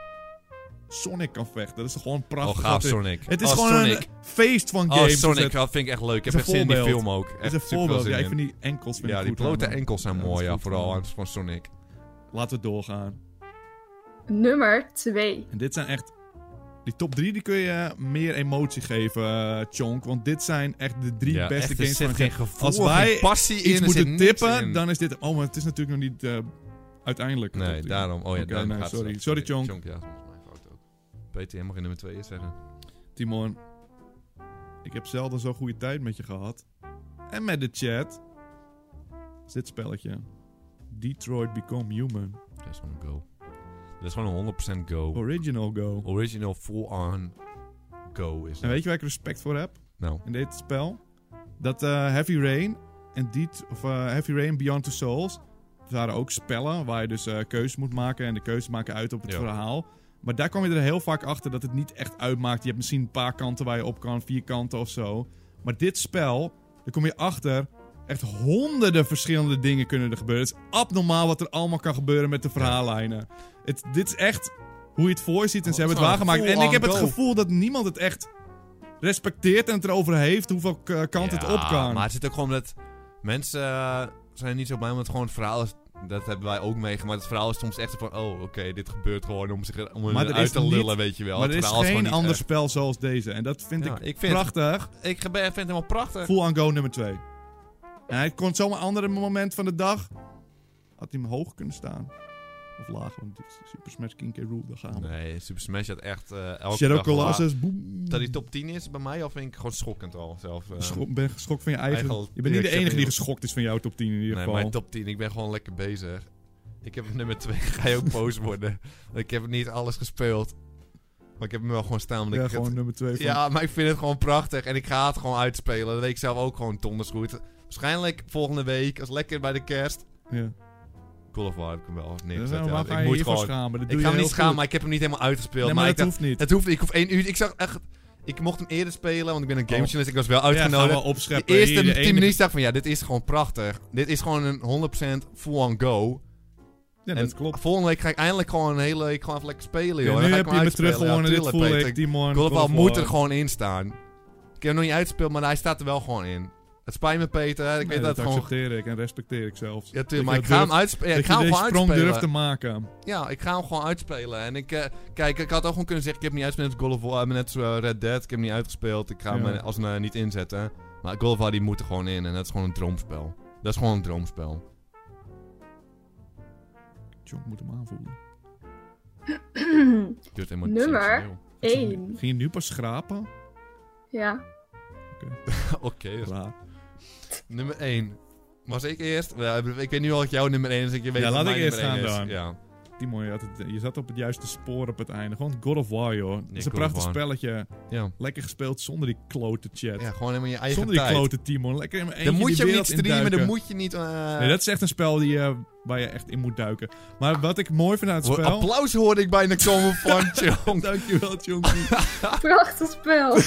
Speaker 1: Sonic kan vechten. Dat is toch gewoon prachtig.
Speaker 2: Oh, gaaf,
Speaker 1: Het-
Speaker 2: Sonic.
Speaker 1: Het is
Speaker 2: Oh,
Speaker 1: gewoon
Speaker 2: Sonic.
Speaker 1: een feest van
Speaker 2: Oh,
Speaker 1: games.
Speaker 2: Sonic,
Speaker 1: Het
Speaker 2: dat vind ik echt leuk. Ik
Speaker 1: is
Speaker 2: heb
Speaker 1: een
Speaker 2: echt zin in die
Speaker 1: voorbeeld.
Speaker 2: film ook.
Speaker 1: is
Speaker 2: Echt
Speaker 1: een
Speaker 2: superveel
Speaker 1: voorbeeld.
Speaker 2: zin
Speaker 1: Ja, ik
Speaker 2: in.
Speaker 1: vind die enkels vind
Speaker 2: Ja,
Speaker 1: ik
Speaker 2: die
Speaker 1: goed
Speaker 2: blote
Speaker 1: aan, man.
Speaker 2: enkels zijn
Speaker 1: Ja,
Speaker 2: mooi,
Speaker 1: dat is
Speaker 2: ja,
Speaker 1: goed
Speaker 2: vooral
Speaker 1: van
Speaker 2: aan van Sonic.
Speaker 1: Laten we doorgaan.
Speaker 3: Nummer 2.
Speaker 1: En dit zijn echt Die top 3 die kun je meer emotie geven, Chonk. Want dit zijn echt de 3 beste
Speaker 2: echt,
Speaker 1: games van
Speaker 2: geen gevoel,
Speaker 1: Als wij
Speaker 2: geen passie
Speaker 1: iets
Speaker 2: in,
Speaker 1: moeten tippen, dan is dit... Oh, maar het is natuurlijk nog niet uiteindelijk.
Speaker 2: Nee, daarom. Oh ja,
Speaker 1: Oké,
Speaker 2: dan
Speaker 1: nee,
Speaker 2: gaat
Speaker 1: sorry.
Speaker 2: het.
Speaker 1: Sorry, Chonk.
Speaker 2: Ja, dat is mijn fout ook. Peter, jij mag in nummer 2 zeggen.
Speaker 1: Timon, ik heb zelden zo'n goede tijd met je gehad. En met de chat. Is dit spelletje. Detroit Become Human.
Speaker 2: Dat is gewoon een go. Dat is gewoon een 100% go.
Speaker 1: Original Go.
Speaker 2: Original full-on go is
Speaker 1: En
Speaker 2: dat.
Speaker 1: weet je waar ik respect voor heb
Speaker 2: Nou,
Speaker 1: in dit spel? Dat Heavy Rain en Heavy Rain Beyond Two Souls waren ook spellen waar je dus keuzes moet maken en de keuzes maken uit op het verhaal. Maar daar kwam je er heel vaak achter dat het niet echt uitmaakt. Je hebt misschien een paar kanten waar je op kan, 4 kanten of zo. Maar dit spel, daar kom je achter, echt honderden verschillende dingen kunnen er gebeuren. Het is abnormaal wat er allemaal kan gebeuren met de verhaallijnen. Dit is echt hoe je het voor je ziet en ze hebben het waargemaakt. En ik heb het gevoel dat niemand het echt respecteert en het erover heeft hoeveel kanten het op kan.
Speaker 2: Maar het zit ook gewoon dat mensen zijn niet zo blij, omdat gewoon het verhaal is. Dat hebben wij ook meegemaakt. Het verhaal is soms echt zo van, oh, oké, dit gebeurt gewoon om het uit te lullen, weet je wel.
Speaker 1: Maar
Speaker 2: het
Speaker 1: er is
Speaker 2: verhaal
Speaker 1: geen
Speaker 2: niet
Speaker 1: ander
Speaker 2: echt.
Speaker 1: spel zoals deze. En dat vind ik prachtig.
Speaker 2: Ik vind het helemaal prachtig.
Speaker 1: Full on Go nummer 2. En hij kon zomaar een andere moment van de dag. Had hij hem hoog kunnen staan. Of lager, want dit is Super Smash King K. Rool, daar gaan we.
Speaker 2: Nee, Super Smash had echt elke
Speaker 1: Shadow
Speaker 2: dag
Speaker 1: Colossus, boem.
Speaker 2: Dat die top 10 is bij mij, of vind ik gewoon schokkend al zelf.
Speaker 1: Ben geschokt van je eigen...
Speaker 2: eigen-
Speaker 1: Je bent niet
Speaker 2: Ja,
Speaker 1: de
Speaker 2: ik
Speaker 1: enige
Speaker 2: zeg
Speaker 1: die
Speaker 2: heel-
Speaker 1: geschokt is van jouw top 10 in ieder
Speaker 2: Nee,
Speaker 1: geval.
Speaker 2: mijn top 10, ik ben gewoon lekker bezig. Ik heb nummer 2, ga je ook boos worden. Ik heb niet alles gespeeld. Maar ik heb hem wel gewoon staan. omdat
Speaker 1: Ja,
Speaker 2: ik
Speaker 1: gewoon nummer 2 van...
Speaker 2: Ja, maar ik vind het gewoon prachtig. En ik ga het gewoon uitspelen. Dat weet ik zelf ook gewoon donders goed. Waarschijnlijk volgende week, als lekker bij de kerst.
Speaker 1: Ja.
Speaker 2: Call of War heb ik hem wel
Speaker 1: Ja,
Speaker 2: neergezet.
Speaker 1: waar
Speaker 2: Ja,
Speaker 1: ga
Speaker 2: ik
Speaker 1: je
Speaker 2: moet
Speaker 1: hiervoor
Speaker 2: gewoon...
Speaker 1: schamen? Dat
Speaker 2: Ik
Speaker 1: doe
Speaker 2: ga
Speaker 1: je
Speaker 2: me niet
Speaker 1: heel
Speaker 2: schamen,
Speaker 1: goed.
Speaker 2: maar ik heb hem niet helemaal uitgespeeld.
Speaker 1: Nee, maar
Speaker 2: ik
Speaker 1: dat
Speaker 2: dacht,
Speaker 1: hoeft niet.
Speaker 2: het hoeft niet. Ik hoef 1 uur... Ik zag echt... Ik mocht hem eerder spelen, want ik ben een gamejournalist. Ik was wel
Speaker 1: Ja, gaan
Speaker 2: uitgenodigd.
Speaker 1: we opscheppen.
Speaker 2: De eerste
Speaker 1: Hier,
Speaker 2: 10
Speaker 1: ene-
Speaker 2: minuten dacht ik van, ja, dit is gewoon prachtig. Dit is gewoon een 100% full-on go.
Speaker 1: Ja,
Speaker 2: En
Speaker 1: dat klopt.
Speaker 2: volgende week ga ik eindelijk gewoon een hele week gewoon even lekker spelen, joh.
Speaker 1: Ja,
Speaker 2: En
Speaker 1: nu
Speaker 2: dan ga
Speaker 1: heb
Speaker 2: ik
Speaker 1: je
Speaker 2: hem
Speaker 1: me terug
Speaker 2: uitspelen.
Speaker 1: gewonnen,
Speaker 2: Ja,
Speaker 1: dit
Speaker 2: tuurlijk,
Speaker 1: voel
Speaker 2: Peter.
Speaker 1: ik, Timon.
Speaker 2: Call of
Speaker 1: Call of
Speaker 2: War moet
Speaker 1: War.
Speaker 2: er gewoon in staan. Ik heb hem nog niet uitgespeeld, maar hij staat er wel gewoon in. Het spijt me, Peter. Ik
Speaker 1: Nee,
Speaker 2: weet dat
Speaker 1: dat
Speaker 2: het gewoon...
Speaker 1: accepteer ik en respecteer ik zelfs.
Speaker 2: Ja,
Speaker 1: Dat
Speaker 2: tuurlijk,
Speaker 1: je
Speaker 2: maar ik
Speaker 1: dat
Speaker 2: ga hem
Speaker 1: durft-
Speaker 2: uitspelen. Ja,
Speaker 1: dat
Speaker 2: ik ga
Speaker 1: je
Speaker 2: hem
Speaker 1: deze
Speaker 2: gewoon
Speaker 1: sprong durft
Speaker 2: uitspelen.
Speaker 1: te maken.
Speaker 2: Ja, ik ga hem gewoon uitspelen. En kijk, ik had ook gewoon kunnen zeggen, ik heb hem niet uitgespeeld met Call of War, net Red Dead. Ik heb hem niet uitgespeeld. Ik ga hem als niet inzetten. Maar Call of War die moet er gewoon in. En dat is gewoon een droomspel. Dat is gewoon een droomspel.
Speaker 1: John moet hem aanvoelen.
Speaker 2: Duurt helemaal
Speaker 3: Nummer
Speaker 2: sensationeel.
Speaker 3: 1.
Speaker 1: Ging je nu pas schrapen?
Speaker 3: Ja.
Speaker 2: Oké,
Speaker 1: Klaar.
Speaker 2: nummer 1. Was ik eerst? Ja, ik weet nu al dat jouw nummer 1 is. Ik weet
Speaker 1: Ja,
Speaker 2: wat
Speaker 1: laat
Speaker 2: mijn
Speaker 1: ik eerst
Speaker 2: nummer 1
Speaker 1: gaan
Speaker 2: is.
Speaker 1: dan.
Speaker 2: Ja.
Speaker 1: Timon, je zat op het juiste spoor op het einde. Gewoon God of War, joh. Het is een
Speaker 2: God of
Speaker 1: prachtig
Speaker 2: War.
Speaker 1: spelletje.
Speaker 2: Ja.
Speaker 1: Lekker gespeeld zonder die klote chat.
Speaker 2: Ja, gewoon helemaal je eigen
Speaker 1: Zonder die
Speaker 2: tijd.
Speaker 1: klote Timon. Lekker in mijn eentje
Speaker 2: Dan moet
Speaker 1: die
Speaker 2: je ook niet
Speaker 1: wereld
Speaker 2: streamen, dan
Speaker 1: induiken.
Speaker 2: moet je niet...
Speaker 1: Nee, dat is echt een spel waar je echt in moet duiken. Maar wat ik mooi vind aan het spel...
Speaker 2: Applaus hoorde ik bijna komen van Chong.
Speaker 1: Dankjewel, Jonkie.
Speaker 3: Prachtig spel.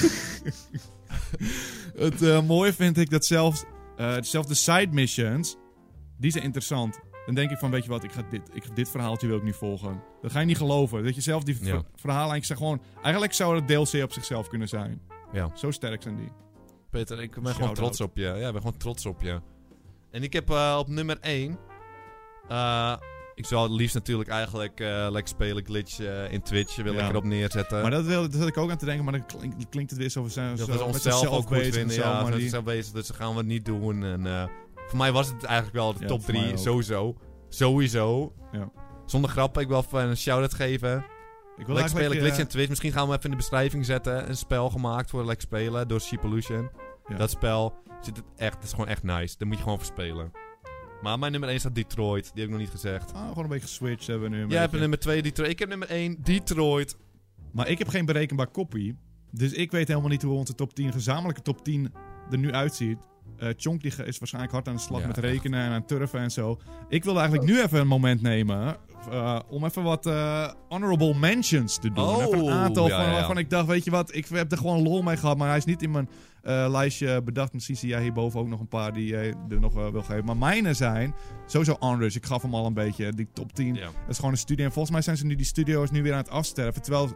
Speaker 1: Het mooie vind ik dat zelfs de side missions, die zijn interessant. Dan denk ik van, weet je wat, ik ga dit verhaaltje wil ik niet volgen. Dat ga je niet geloven. Dat je zelf die verhaallijntjes zijn gewoon... Eigenlijk zou het DLC op zichzelf kunnen zijn.
Speaker 2: Ja.
Speaker 1: Zo sterk zijn die.
Speaker 2: Peter, ik ben gewoon
Speaker 1: Shout-out.
Speaker 2: trots op je. Ja, ik ben gewoon trots op je. En ik heb op nummer 1... ik zou het liefst natuurlijk eigenlijk lekker spelen, glitch in Twitch. Wil ik erop neerzetten.
Speaker 1: Maar dat zat ik ook aan te denken, maar dan klinkt het weer zo...
Speaker 2: Dat we onszelf ook goed
Speaker 1: bezig
Speaker 2: vinden.
Speaker 1: en zo,
Speaker 2: Ja,
Speaker 1: maar
Speaker 2: met
Speaker 1: die-
Speaker 2: onszelf bezig. Dus dat gaan we niet doen. En voor mij was het eigenlijk wel de
Speaker 1: Ja,
Speaker 2: top
Speaker 1: voor mij
Speaker 2: 3.
Speaker 1: ook.
Speaker 2: Sowieso. Sowieso.
Speaker 1: Ja.
Speaker 2: Zonder grap, ik wil even een shout-out geven.
Speaker 1: Ik wil
Speaker 2: Lekker spelen,
Speaker 1: eigenlijk,
Speaker 2: glitch in Twitch. Misschien gaan we even in de beschrijving zetten. Een spel gemaakt voor lekker spelen door Sheepolution.
Speaker 1: Ja.
Speaker 2: Dat spel dat is gewoon echt nice. Daar moet je gewoon voor spelen. Maar mijn nummer 1 staat Detroit. Die heb ik nog niet gezegd.
Speaker 1: gewoon een beetje geswitcht hebben we nu.
Speaker 2: Jij hebt nummer 2 Detroit. Ik heb nummer 1 Detroit.
Speaker 1: Maar ik heb geen berekenbaar kopie. Dus ik weet helemaal niet hoe onze gezamenlijke top 10 er nu uitziet. Chonk die is waarschijnlijk hard aan de slag
Speaker 2: Ja,
Speaker 1: met rekenen en aan turven en zo. Ik wilde eigenlijk nu even een moment nemen om even wat honorable mentions te doen.
Speaker 2: Oh,
Speaker 1: even een aantal
Speaker 2: ja, ja.
Speaker 1: waarvan ik dacht, weet je wat, ik heb er gewoon lol mee gehad, maar hij is niet in mijn lijstje bedacht. Misschien zie jij hierboven ook nog een paar die je er nog wil geven. Maar mijne zijn sowieso Onrush. Ik gaf hem al een beetje, die top 10.
Speaker 2: Ja.
Speaker 1: Dat is gewoon een studie. En volgens mij zijn ze nu die studio's nu weer aan het afsterven. Terwijl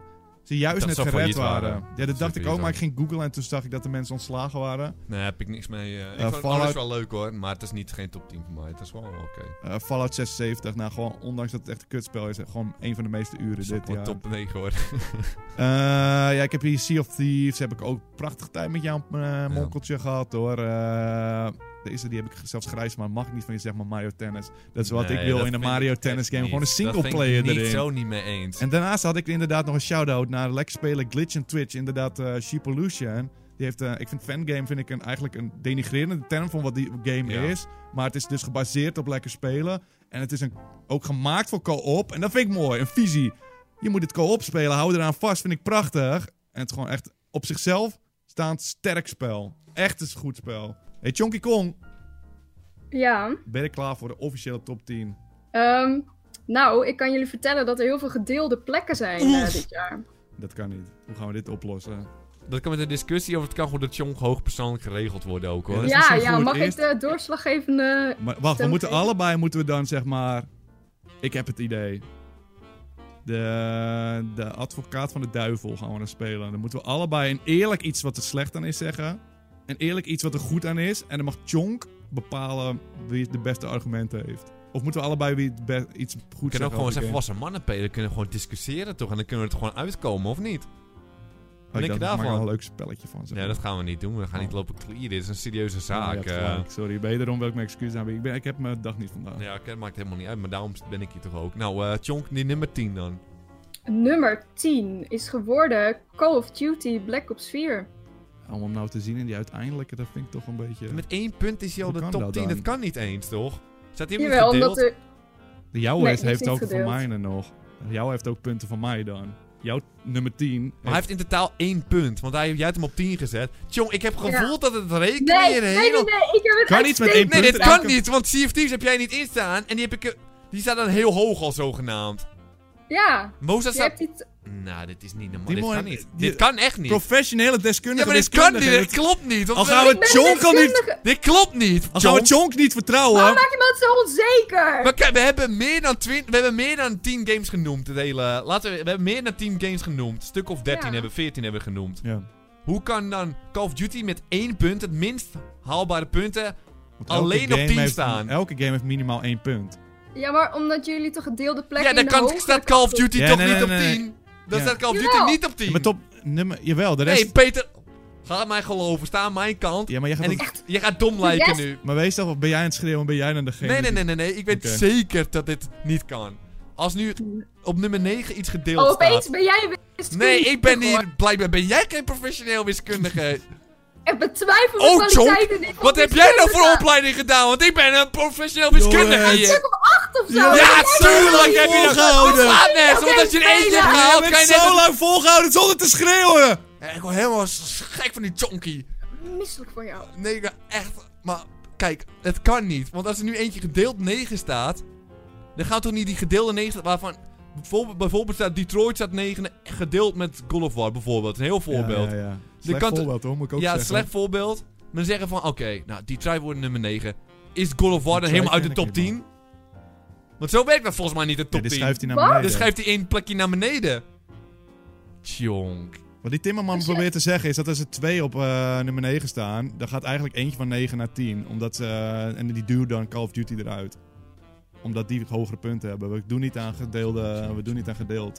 Speaker 1: ze juist
Speaker 2: Dat
Speaker 1: net
Speaker 2: ze
Speaker 1: gered
Speaker 2: failliet
Speaker 1: waren.
Speaker 2: waren.
Speaker 1: Ja, dat dacht ik
Speaker 2: failliet
Speaker 1: ook, maar ik
Speaker 2: waren.
Speaker 1: ging googlen en toen zag ik dat de mensen ontslagen waren.
Speaker 2: Nee, heb ik niks mee. Ik vond het
Speaker 1: Fallout-
Speaker 2: alles wel leuk hoor, maar het is geen top 10 voor mij. Het is wel oké.
Speaker 1: Fallout 76, nou gewoon, ondanks dat het echt een kutspel is, gewoon een van de meeste uren
Speaker 2: Dit
Speaker 1: dit
Speaker 2: wordt
Speaker 1: jaar.
Speaker 2: top 9 hoor.
Speaker 1: Ja, ik heb hier Sea of Thieves, heb ik ook prachtige tijd met jou monkeltje gehad hoor. Deze die heb ik zelfs grijs, maar mag ik niet van je zeg maar Mario Tennis. Dat is wat
Speaker 2: Nee,
Speaker 1: ik wil
Speaker 2: dat
Speaker 1: in een
Speaker 2: vind
Speaker 1: Mario
Speaker 2: ik
Speaker 1: Tennis
Speaker 2: echt
Speaker 1: game.
Speaker 2: niet.
Speaker 1: Gewoon een
Speaker 2: Dat
Speaker 1: singleplayer
Speaker 2: vind ik
Speaker 1: erin.
Speaker 2: zo niet mee eens.
Speaker 1: En daarnaast had ik inderdaad nog een shout-out naar lekker spelen Glitch and Twitch. Inderdaad, Sheepolution. Die heeft, ik vind fangame eigenlijk een denigrerende term van wat die game is. Maar het is dus gebaseerd op lekker spelen. En het is ook gemaakt voor co-op. En dat vind ik mooi, een visie. Je moet het co-op spelen, hou eraan vast, vind ik prachtig. En het is gewoon echt op zichzelf staand sterk spel. Echt een goed spel. Hey Chonky Kong,
Speaker 3: Ja.
Speaker 1: ben je klaar voor de officiële top 10?
Speaker 3: Nou, ik kan jullie vertellen dat er heel veel gedeelde plekken zijn dit jaar.
Speaker 1: Dat kan niet. Hoe gaan we dit oplossen?
Speaker 2: Dat kan met een discussie over het kan gewoon door Tjong hoogpersoonlijk geregeld worden ook hoor.
Speaker 1: Ja, dat is
Speaker 3: Ja,
Speaker 1: misschien
Speaker 3: ja,
Speaker 1: goed.
Speaker 3: mag
Speaker 1: Eerst-
Speaker 3: ik de doorslaggevende...
Speaker 1: Maar wacht, we
Speaker 3: Stem
Speaker 1: moeten
Speaker 3: geven?
Speaker 1: allebei dan zeg maar... Ik heb het idee. De advocaat van de duivel gaan we dan spelen. Dan moeten we allebei een eerlijk iets wat er slecht aan is zeggen. En eerlijk iets wat er goed aan is. En dan mag Chonk bepalen wie de beste argumenten heeft. Of moeten we allebei wie iets goed
Speaker 2: We kunnen ook
Speaker 1: zeggen
Speaker 2: gewoon
Speaker 1: over
Speaker 2: eens
Speaker 1: de
Speaker 2: even
Speaker 1: game?
Speaker 2: wassen mannen pelen. Kunnen gewoon discussiëren toch? En dan kunnen we er gewoon uitkomen, of niet? Wat denk je
Speaker 1: Ik maak er wel
Speaker 2: daarvan?
Speaker 1: een leuk spelletje van. zeg
Speaker 2: Ja,
Speaker 1: maar.
Speaker 2: dat gaan we niet doen. We gaan niet lopen klieën. Dit is een serieuze
Speaker 1: Ja,
Speaker 2: zaak.
Speaker 1: je hebt gelijk. Sorry, wederom wil ik mijn excuus aanbieden. Ik heb mijn dag niet vandaag.
Speaker 2: Ja, oké, dat maakt helemaal niet uit. Maar daarom ben ik hier toch ook. Nou, Tjonk, die nummer 10 dan.
Speaker 3: Nummer 10 is geworden Call of Duty Black Ops 4.
Speaker 1: Om hem nou te zien in die uiteindelijke, dat vind ik toch een beetje...
Speaker 2: Met 1 punt is hij al
Speaker 1: Hoe
Speaker 2: de
Speaker 1: kan
Speaker 2: top
Speaker 1: dat
Speaker 2: 10.
Speaker 1: dan?
Speaker 2: Dat kan niet eens, toch? Staat hij ook
Speaker 3: Jawel,
Speaker 2: niet
Speaker 3: omdat
Speaker 2: gedeeld?
Speaker 3: er...
Speaker 1: Jouw
Speaker 3: Nee,
Speaker 1: heeft
Speaker 3: niet
Speaker 1: ook
Speaker 3: gedeeld.
Speaker 1: voor mijne nog. Jouw heeft ook punten van mij dan. Jouw nummer 10.
Speaker 2: Maar hij heeft in totaal 1 punt. Want jij hebt hem op 10 gezet. Tjong, ik heb gevoeld dat het rekenen
Speaker 3: Nee,
Speaker 2: hier
Speaker 3: nee,
Speaker 2: helemaal...
Speaker 3: nee, ik heb het
Speaker 1: Kan iets met
Speaker 3: uitstekend
Speaker 1: 1
Speaker 2: Nee,
Speaker 1: punt
Speaker 2: dit
Speaker 1: erin.
Speaker 2: kan niet, want Sea of Thieves heb jij niet instaan. En die staat dan heel hoog al zogenaamd.
Speaker 3: Ja,
Speaker 2: Moza
Speaker 3: je hebt
Speaker 2: staat...
Speaker 3: iets...
Speaker 2: Nou, dit is niet normaal.
Speaker 1: Die
Speaker 2: Dit
Speaker 1: mooie-
Speaker 2: kan niet.
Speaker 1: die-
Speaker 2: Dit kan echt niet.
Speaker 1: Professionele deskundige.
Speaker 2: Ja, maar dit kan niet.
Speaker 1: deskundige.
Speaker 2: Dit klopt niet.
Speaker 1: Al gaan we
Speaker 3: Ik ben
Speaker 1: Chonk al niet...
Speaker 3: deskundige.
Speaker 2: Dit klopt niet.
Speaker 1: Al gaan we
Speaker 2: Chonk.
Speaker 1: Chonk niet vertrouwen.
Speaker 3: Waarom maak je me altijd zo onzeker?
Speaker 2: Maar kijk, we hebben meer dan 10 games genoemd. We hebben meer dan 10 games genoemd. Een stuk of 13 14 hebben we genoemd.
Speaker 1: Ja.
Speaker 2: Hoe kan dan Call of Duty met 1 punt, het minst haalbare punten,
Speaker 1: Want elke
Speaker 2: alleen op
Speaker 1: game
Speaker 2: 10
Speaker 1: heeft-
Speaker 2: staan?
Speaker 1: Elke game heeft minimaal 1 punt.
Speaker 3: Ja, maar omdat jullie toch gedeelde plekken
Speaker 2: Ja, dan
Speaker 3: in de hoogte...
Speaker 2: staat Call of Duty
Speaker 1: Ja,
Speaker 2: toch
Speaker 1: nee,
Speaker 2: niet
Speaker 1: nee,
Speaker 2: op
Speaker 1: nee.
Speaker 2: 10. Dan
Speaker 1: Ja.
Speaker 2: staat Call of Duty
Speaker 3: Jawel.
Speaker 2: niet op 10.
Speaker 1: Ja, maar top... Jawel, de rest...
Speaker 2: Nee, Peter, ga mij geloven. Sta aan mijn kant.
Speaker 1: Ja, maar jij gaat
Speaker 2: En
Speaker 1: toch-
Speaker 2: je gaat dom lijken
Speaker 3: rest-
Speaker 2: nu.
Speaker 1: Maar wees toch, ben jij aan het schreeuwen? Ben jij dan degene...
Speaker 2: Nee. Ik weet
Speaker 1: Oké.
Speaker 2: zeker dat dit niet kan. Als nu op nummer 9 iets gedeeld
Speaker 3: Oh,
Speaker 2: staat.
Speaker 3: opeens ben jij wiskundige.
Speaker 2: Nee, ik ben
Speaker 3: hoor.
Speaker 2: hier. Blijkbaar ben jij geen professioneel wiskundige.
Speaker 3: Ik betwijfel de
Speaker 2: Oh,
Speaker 3: kwaliteiten niet van
Speaker 2: Wat heb jij nou voor
Speaker 3: wiskundige.
Speaker 2: opleiding gedaan? Want ik ben een professioneel wiskundige
Speaker 1: Jongens.
Speaker 2: hier.
Speaker 3: Stuk op 8 of zo.
Speaker 1: Ja,
Speaker 2: Ja,
Speaker 3: Dat jij
Speaker 2: tuurlijk
Speaker 3: niet
Speaker 2: heb je dat
Speaker 1: volgehouden.
Speaker 2: Het slaat nergens,
Speaker 3: Oké,
Speaker 2: want als je een eentje
Speaker 3: spelen.
Speaker 2: hebt
Speaker 1: Je
Speaker 2: gehaald,
Speaker 1: hebt
Speaker 2: kan je
Speaker 1: het
Speaker 2: net...
Speaker 1: zo lang volgehouden zonder te schreeuwen!
Speaker 2: Ik word helemaal gek van die chonky.
Speaker 3: Misselijk voor jou.
Speaker 2: Nee, maar echt. Maar kijk, het kan niet. Want als er nu eentje gedeeld 9 staat, dan gaat toch niet die gedeelde 9 waarvan... Bijvoorbeeld staat Detroit staat 9 gedeeld met God of War bijvoorbeeld. Een heel voorbeeld.
Speaker 1: Ja. Slecht
Speaker 2: kan-
Speaker 1: voorbeeld hoor, moet ik ook
Speaker 2: Ja,
Speaker 1: zeggen.
Speaker 2: slecht voorbeeld. Maar dan zeggen van, oké, nou, Detroit wordt nummer 9. Is God of War dan
Speaker 1: Detroit
Speaker 2: helemaal uit de
Speaker 1: ken ik
Speaker 2: top
Speaker 1: niet,
Speaker 2: 10? Want zo werkt dat volgens mij niet, de
Speaker 1: Ja,
Speaker 2: top
Speaker 1: die
Speaker 2: 10.
Speaker 1: schuift hij naar
Speaker 3: Wat?
Speaker 1: beneden.
Speaker 2: Dan schrijft hij één plekje naar beneden. Tjonk.
Speaker 1: Wat die Timmerman
Speaker 3: Als je-
Speaker 1: probeert te zeggen is dat als er 2 op nummer 9 staan, dan gaat eigenlijk eentje van 9 naar 10. Omdat ze, en die duwt dan Call of Duty eruit. Omdat die hogere punten hebben. We doen niet aan gedeeld.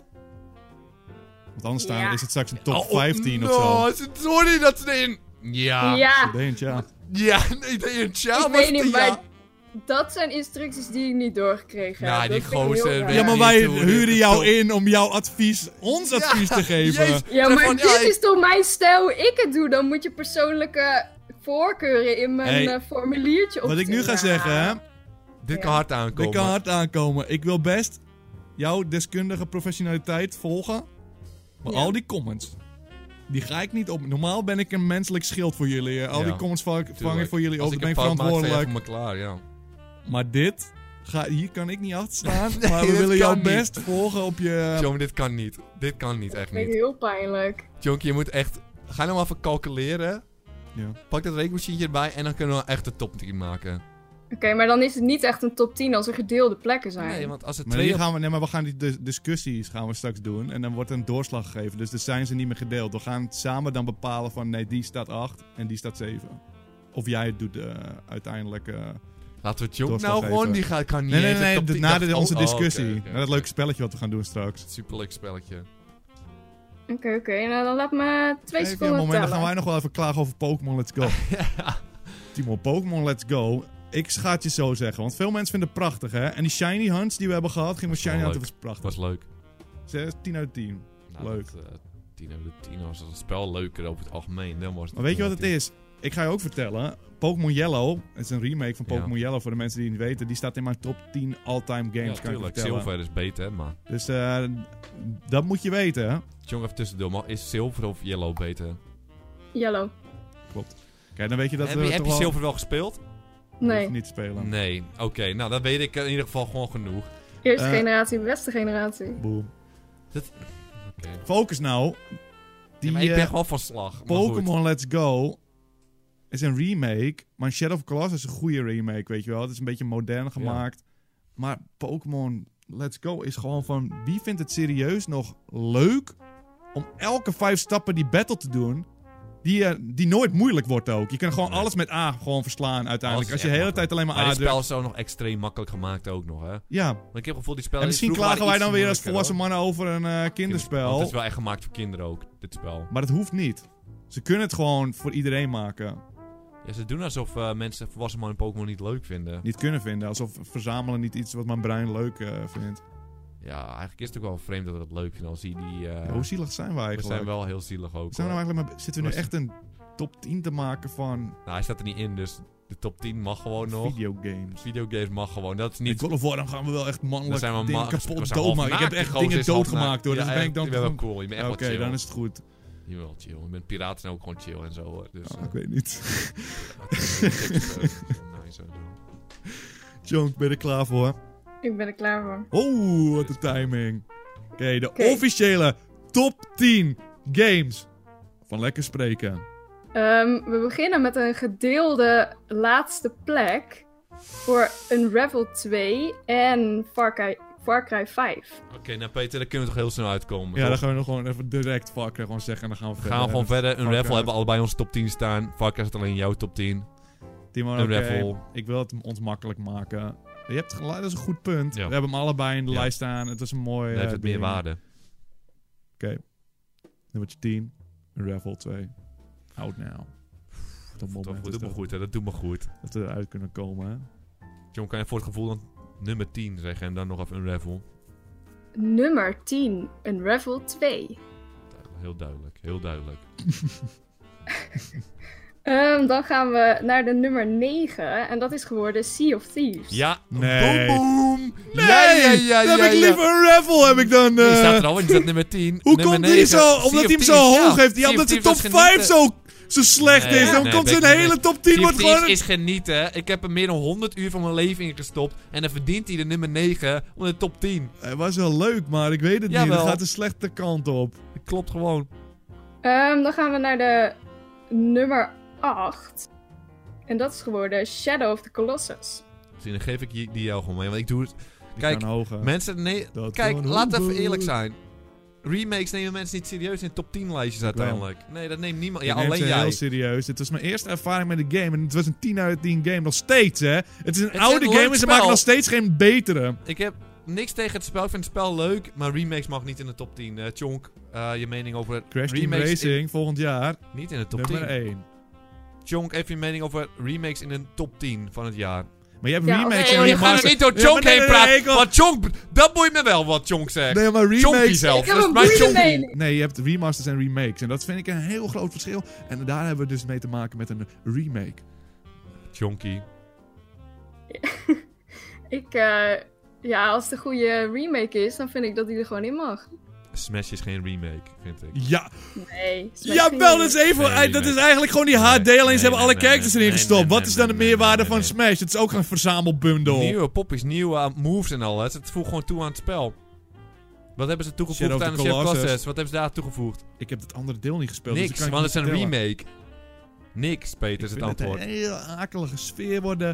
Speaker 1: Want anders
Speaker 3: Ja.
Speaker 1: is het straks een top
Speaker 2: Oh,
Speaker 1: 15 of
Speaker 2: no,
Speaker 1: zo.
Speaker 2: sorry dat ze erin... Ja.
Speaker 3: Ja,
Speaker 1: Denk je, ja.
Speaker 2: Ja, nee, nee, tja,
Speaker 3: ik
Speaker 2: was
Speaker 3: weet niet,
Speaker 2: die,
Speaker 3: maar
Speaker 2: ja.
Speaker 3: dat zijn instructies die ik niet doorgekregen
Speaker 2: Ja,
Speaker 3: heb.
Speaker 2: die
Speaker 3: Dat vind ik heel
Speaker 2: gozer,
Speaker 3: raar.
Speaker 1: Ja, maar
Speaker 2: niet
Speaker 1: wij
Speaker 2: hoe dit
Speaker 1: huren jou
Speaker 2: top-
Speaker 1: in om jouw advies, ons advies te geven.
Speaker 2: Jezus.
Speaker 3: Ja,
Speaker 2: Zeg
Speaker 3: maar
Speaker 2: van,
Speaker 3: dit
Speaker 2: ja,
Speaker 3: is toch mijn stijl hoe ik het doe? Dan moet je persoonlijke voorkeuren in mijn
Speaker 1: Hey,
Speaker 3: formuliertje
Speaker 1: Wat ik nu ga
Speaker 3: opsturen.
Speaker 1: zeggen, hè.
Speaker 2: Dit
Speaker 3: Ja.
Speaker 2: kan hard aankomen.
Speaker 1: Dit kan hard aankomen. Ik wil best jouw deskundige professionaliteit volgen. Maar
Speaker 3: Ja.
Speaker 1: al die comments, die ga ik niet op. Normaal ben ik een menselijk schild voor jullie. Al
Speaker 2: Ja,
Speaker 1: die comments vang ik voor jullie
Speaker 2: Als
Speaker 1: op.
Speaker 2: ik
Speaker 1: Dan ben
Speaker 2: een
Speaker 1: ik
Speaker 2: fout maak,
Speaker 1: verantwoordelijk.
Speaker 2: zeg voor me klaar, ja.
Speaker 1: Maar dit, hier kan ik niet achter staan.
Speaker 2: Nee,
Speaker 1: maar we
Speaker 2: dit
Speaker 1: willen jou
Speaker 2: kan niet.
Speaker 1: best volgen op je...
Speaker 2: Jongen, dit kan niet. Dit kan niet, echt
Speaker 3: Dat vind ik
Speaker 2: niet.
Speaker 3: heel pijnlijk.
Speaker 2: Jonkie, je moet echt... Ga nou even calculeren.
Speaker 1: Ja.
Speaker 2: Pak dat rekenmachientje erbij en dan kunnen we echt de top 10 maken.
Speaker 3: Oké, maar dan is het niet echt een top 10 als er gedeelde plekken zijn.
Speaker 2: Nee, want als er
Speaker 1: Maar,
Speaker 2: twee...
Speaker 1: we gaan die discussies gaan we straks doen. En dan wordt er een doorslag gegeven. Dus dan zijn ze niet meer gedeeld. We gaan samen dan bepalen van nee, die staat 8 en die staat 7. Of jij het doet uiteindelijk...
Speaker 2: Laten we Tjonk
Speaker 1: doorslag
Speaker 2: nou
Speaker 1: geven.
Speaker 2: gewoon, die kan niet
Speaker 1: Nee,
Speaker 2: eens een top 10.
Speaker 1: na onze discussie.
Speaker 2: Oké.
Speaker 1: Na dat leuke spelletje wat we gaan doen straks.
Speaker 2: Superleuk spelletje.
Speaker 3: Oké. Nou, dan laat me 2
Speaker 1: Even
Speaker 3: seconden
Speaker 1: een moment, dan
Speaker 3: tellen.
Speaker 1: gaan wij nog wel even klagen over Pokémon Let's Go.
Speaker 2: Ja.
Speaker 1: Timo, Pokémon Let's Go. Ik ga het je zo zeggen, want veel mensen vinden het prachtig, hè? En die Shiny Hunts die we hebben gehad, gingen we Shiny Hunten, was prachtig.
Speaker 2: Was leuk.
Speaker 1: 10 uit 10.
Speaker 2: Nou,
Speaker 1: Leuk.
Speaker 2: 10 uit de 10 was het spel leuker over het algemeen. Dan was het
Speaker 1: Maar weet je wat het is? Ik ga je ook vertellen. Pokémon Yellow, het is een remake van Pokémon Yellow voor de mensen die het niet weten. Die staat in mijn top 10 all-time games,
Speaker 2: Ja,
Speaker 1: kan ik je
Speaker 2: tuurlijk.
Speaker 1: vertellen.
Speaker 2: Silver is beter, maar...
Speaker 1: Dus dat moet je weten, hè?
Speaker 2: Tjonk even tussendoor, maar is Silver of Yellow beter?
Speaker 3: Yellow.
Speaker 1: Kijk, dan weet je dat
Speaker 2: Heb
Speaker 1: we
Speaker 2: je
Speaker 1: toch wel...
Speaker 2: Silver wel gespeeld?
Speaker 3: Nee.
Speaker 1: Niet spelen.
Speaker 2: Nee. Oké, nou dan weet ik in ieder geval gewoon genoeg.
Speaker 3: Eerste generatie, beste generatie.
Speaker 1: Boem.
Speaker 2: Oké.
Speaker 1: Focus nou. Die
Speaker 2: Ja, maar ik ben gewoon van slag. Maar goed.
Speaker 1: Pokémon Let's Go is een remake. Maar Shadow of Colossus is een goede remake, weet je wel. Het is een beetje modern gemaakt. Maar Pokémon Let's Go is gewoon van... Wie vindt het serieus nog leuk om elke 5 stappen die battle te doen... Die nooit moeilijk wordt ook. Je kan gewoon alles met A gewoon verslaan uiteindelijk. Als je de hele tijd alleen maar
Speaker 2: Maar
Speaker 1: A
Speaker 2: dit
Speaker 1: drukt.
Speaker 2: spel is zo nog extreem makkelijk gemaakt ook nog, hè?
Speaker 1: Ja.
Speaker 2: Want ik heb gevoel die spellen...
Speaker 1: En misschien klagen wij dan weer als volwassen mannen over een kinderspel.
Speaker 2: Want het is wel echt gemaakt voor kinderen ook, dit spel.
Speaker 1: Maar dat hoeft niet. Ze kunnen het gewoon voor iedereen maken.
Speaker 2: Ja, ze doen alsof mensen volwassen mannen Pokémon niet leuk vinden.
Speaker 1: Niet kunnen vinden. Alsof verzamelen niet iets wat mijn brein leuk vindt.
Speaker 2: Ja, eigenlijk is het ook wel vreemd dat we dat leuk vinden als die...
Speaker 1: Hoe zielig zijn we
Speaker 2: we
Speaker 1: eigenlijk?
Speaker 2: zijn wel heel zielig ook.
Speaker 1: Zijn we nou
Speaker 2: hoor.
Speaker 1: eigenlijk zitten we nu echt een top 10 te maken van
Speaker 2: Nou, hij staat er niet in, dus de top 10 mag gewoon nog.
Speaker 1: videogames?
Speaker 2: Videogames mag gewoon. Dat is
Speaker 1: In
Speaker 2: niet...
Speaker 1: God of War dan gaan we wel echt
Speaker 2: Dan
Speaker 1: mannelijk
Speaker 2: zijn we
Speaker 1: dingen
Speaker 2: we
Speaker 1: kapot
Speaker 2: zijn half
Speaker 1: doodmaken. Ik heb
Speaker 2: naakt,
Speaker 1: echt
Speaker 2: die
Speaker 1: dingen
Speaker 2: gozer is half
Speaker 1: doodgemaakt hoor.
Speaker 2: naakt.
Speaker 1: Dus
Speaker 2: Ja,
Speaker 1: dan ben ik dan...
Speaker 2: je bent wel cool. Je bent echt
Speaker 1: Oké,
Speaker 2: wel chill.
Speaker 1: dan is het goed.
Speaker 2: Je bent wel chill. Je bent piraten en ook gewoon chill en zo hoor. Dus,
Speaker 1: Ik weet niet.
Speaker 2: nice, zo.
Speaker 1: Jonk, ben je er klaar voor?
Speaker 3: Ik ben er klaar voor.
Speaker 1: Oh, wat een timing. Oké, de officiële top 10 games van Lekker Spreken.
Speaker 3: We beginnen met een gedeelde laatste plek voor Unravel 2 en Far Cry 5.
Speaker 2: Oké, nou Peter, daar kunnen we toch heel snel uitkomen.
Speaker 1: Ja,
Speaker 2: toch?
Speaker 1: dan gaan we nog gewoon even direct Far Cry gewoon zeggen en dan gaan we
Speaker 2: We
Speaker 1: verder.
Speaker 2: gaan gewoon verder.
Speaker 1: Far Cry.
Speaker 2: Unravel hebben we allebei onze top 10 staan. Far Cry is alleen in jouw top 10.
Speaker 1: Timo,
Speaker 2: Unravel.
Speaker 1: oké, ik wil het ons makkelijk maken. Je hebt gelijk, dat is een goed punt.
Speaker 2: Ja.
Speaker 1: We hebben hem allebei in de
Speaker 2: Ja.
Speaker 1: lijst staan. Het is een mooi
Speaker 2: Dan heeft het meer
Speaker 1: ding.
Speaker 2: waarde.
Speaker 1: Oké. Nummertje 10. Unravel 2. Out now. Dat moment
Speaker 2: Dat doet me goed, hè. Dat doet me goed.
Speaker 1: dat we eruit kunnen komen, hè.
Speaker 2: John, kan je voor het gevoel dan nummer 10 zeggen en dan nog even Unravel?
Speaker 3: Nummer 10, Unravel 2.
Speaker 2: Heel duidelijk, heel duidelijk.
Speaker 3: Dan gaan we naar de nummer 9 en dat is geworden Sea of Thieves.
Speaker 2: Ja,
Speaker 1: Nee.
Speaker 2: boom, boom.
Speaker 1: Nee!
Speaker 2: ja,
Speaker 1: Dan heb ik liever Unravel, heb ik dan...
Speaker 2: Die staat er al in, die staat nummer 10.
Speaker 1: Hoe
Speaker 2: nummer
Speaker 1: komt die
Speaker 2: 9,
Speaker 1: zo? Omdat hij hem zo hoog heeft. Ja, omdat zijn top 5 zo slecht
Speaker 2: Nee,
Speaker 1: is. Dan
Speaker 2: nee,
Speaker 1: komt zijn
Speaker 2: ben ik niet
Speaker 1: hele
Speaker 2: mee.
Speaker 1: top 10 wordt gewoon...
Speaker 2: is genieten. Ik heb er meer dan 100 uur van mijn leven in gestopt. En dan verdient hij de nummer 9 onder de top 10.
Speaker 1: Het was wel leuk, maar ik weet het niet.
Speaker 2: Jawel.
Speaker 1: Het gaat de slechte kant op.
Speaker 2: Dat klopt gewoon.
Speaker 3: Dan gaan we naar de nummer 8. En dat is geworden Shadow of the Colossus.
Speaker 2: Dus dan geef ik die jou gewoon mee. Want ik doe het...
Speaker 1: Die
Speaker 2: Kijk,
Speaker 1: kan hoger.
Speaker 2: mensen... Nee,
Speaker 1: Dat
Speaker 2: kijk,
Speaker 1: kan
Speaker 2: laat
Speaker 1: hoger.
Speaker 2: even eerlijk zijn. Remakes nemen mensen niet serieus in top 10 lijstjes uiteindelijk. Nee, dat neemt niemand. Ja,
Speaker 1: Ik neem
Speaker 2: alleen
Speaker 1: ze
Speaker 2: jij.
Speaker 1: heel serieus. Dit was mijn eerste ervaring met de game. En het was een 10 uit 10 game. Nog steeds, hè. Het is een
Speaker 2: is
Speaker 1: oude
Speaker 2: een
Speaker 1: game
Speaker 2: leuk
Speaker 1: en ze
Speaker 2: spel.
Speaker 1: maken nog steeds geen betere.
Speaker 2: Ik heb niks tegen het spel. Ik vind het spel leuk. Maar remakes mag niet in de top 10. Chonk, je mening over
Speaker 1: Crash Team
Speaker 2: remakes
Speaker 1: Racing, volgend jaar.
Speaker 2: niet in de top
Speaker 1: Nummer
Speaker 2: 10.
Speaker 1: 1.
Speaker 2: Chonk, even je mening over remakes in de top 10 van het jaar.
Speaker 1: Maar je hebt
Speaker 3: Ja,
Speaker 1: remakes
Speaker 3: oké,
Speaker 1: en
Speaker 3: maar
Speaker 2: we gaan er
Speaker 1: remasters.
Speaker 2: niet door
Speaker 1: Ja,
Speaker 2: Chonk
Speaker 1: maar
Speaker 2: heen
Speaker 1: nee,
Speaker 2: praten.
Speaker 1: ik wil-
Speaker 2: Want Chonk, dat boeit me wel wat Chonk zegt.
Speaker 1: Nee, maar
Speaker 2: Chonky
Speaker 1: remakes...
Speaker 2: zelf.
Speaker 3: Ik heb
Speaker 2: Dat is
Speaker 3: een
Speaker 2: mijn
Speaker 3: boeiende
Speaker 2: Chonky.
Speaker 3: mening.
Speaker 1: Nee, je hebt remasters en remakes. En dat vind ik een heel groot verschil. En daar hebben we dus mee te maken met een remake.
Speaker 2: Chonky.
Speaker 3: Ja, als het een goede remake is, dan vind ik dat die er gewoon in mag.
Speaker 2: Smash is geen remake, vind ik.
Speaker 1: Ja,
Speaker 3: Nee. Smash
Speaker 1: jawel, dat is
Speaker 2: Nee,
Speaker 1: even... dat
Speaker 2: remake.
Speaker 1: is eigenlijk gewoon die HD, alleen
Speaker 2: nee,
Speaker 1: ze hebben alle
Speaker 2: nee,
Speaker 1: characters
Speaker 2: nee,
Speaker 1: erin
Speaker 2: nee,
Speaker 1: gestopt.
Speaker 2: nee,
Speaker 1: Wat is dan de
Speaker 2: nee,
Speaker 1: meerwaarde
Speaker 2: nee,
Speaker 1: van
Speaker 2: nee.
Speaker 1: Smash? Het is ook een verzamelbundel.
Speaker 2: Nieuwe poppies, nieuwe moves en alles. Het voegt gewoon toe aan het spel. Wat hebben ze toegevoegd
Speaker 1: Shadow of
Speaker 2: aan
Speaker 1: the
Speaker 2: de Chef
Speaker 1: Colossus.
Speaker 2: Colossus? Wat hebben ze daar toegevoegd?
Speaker 1: Ik heb het andere deel niet gespeeld. dus
Speaker 2: Niks,
Speaker 1: ik kan
Speaker 2: want het is
Speaker 1: niet
Speaker 2: een
Speaker 1: vertellen.
Speaker 2: remake. Niks, Peter, is
Speaker 1: Ik
Speaker 2: het
Speaker 1: vind het
Speaker 2: antwoord.
Speaker 1: een hele akelige sfeer worden.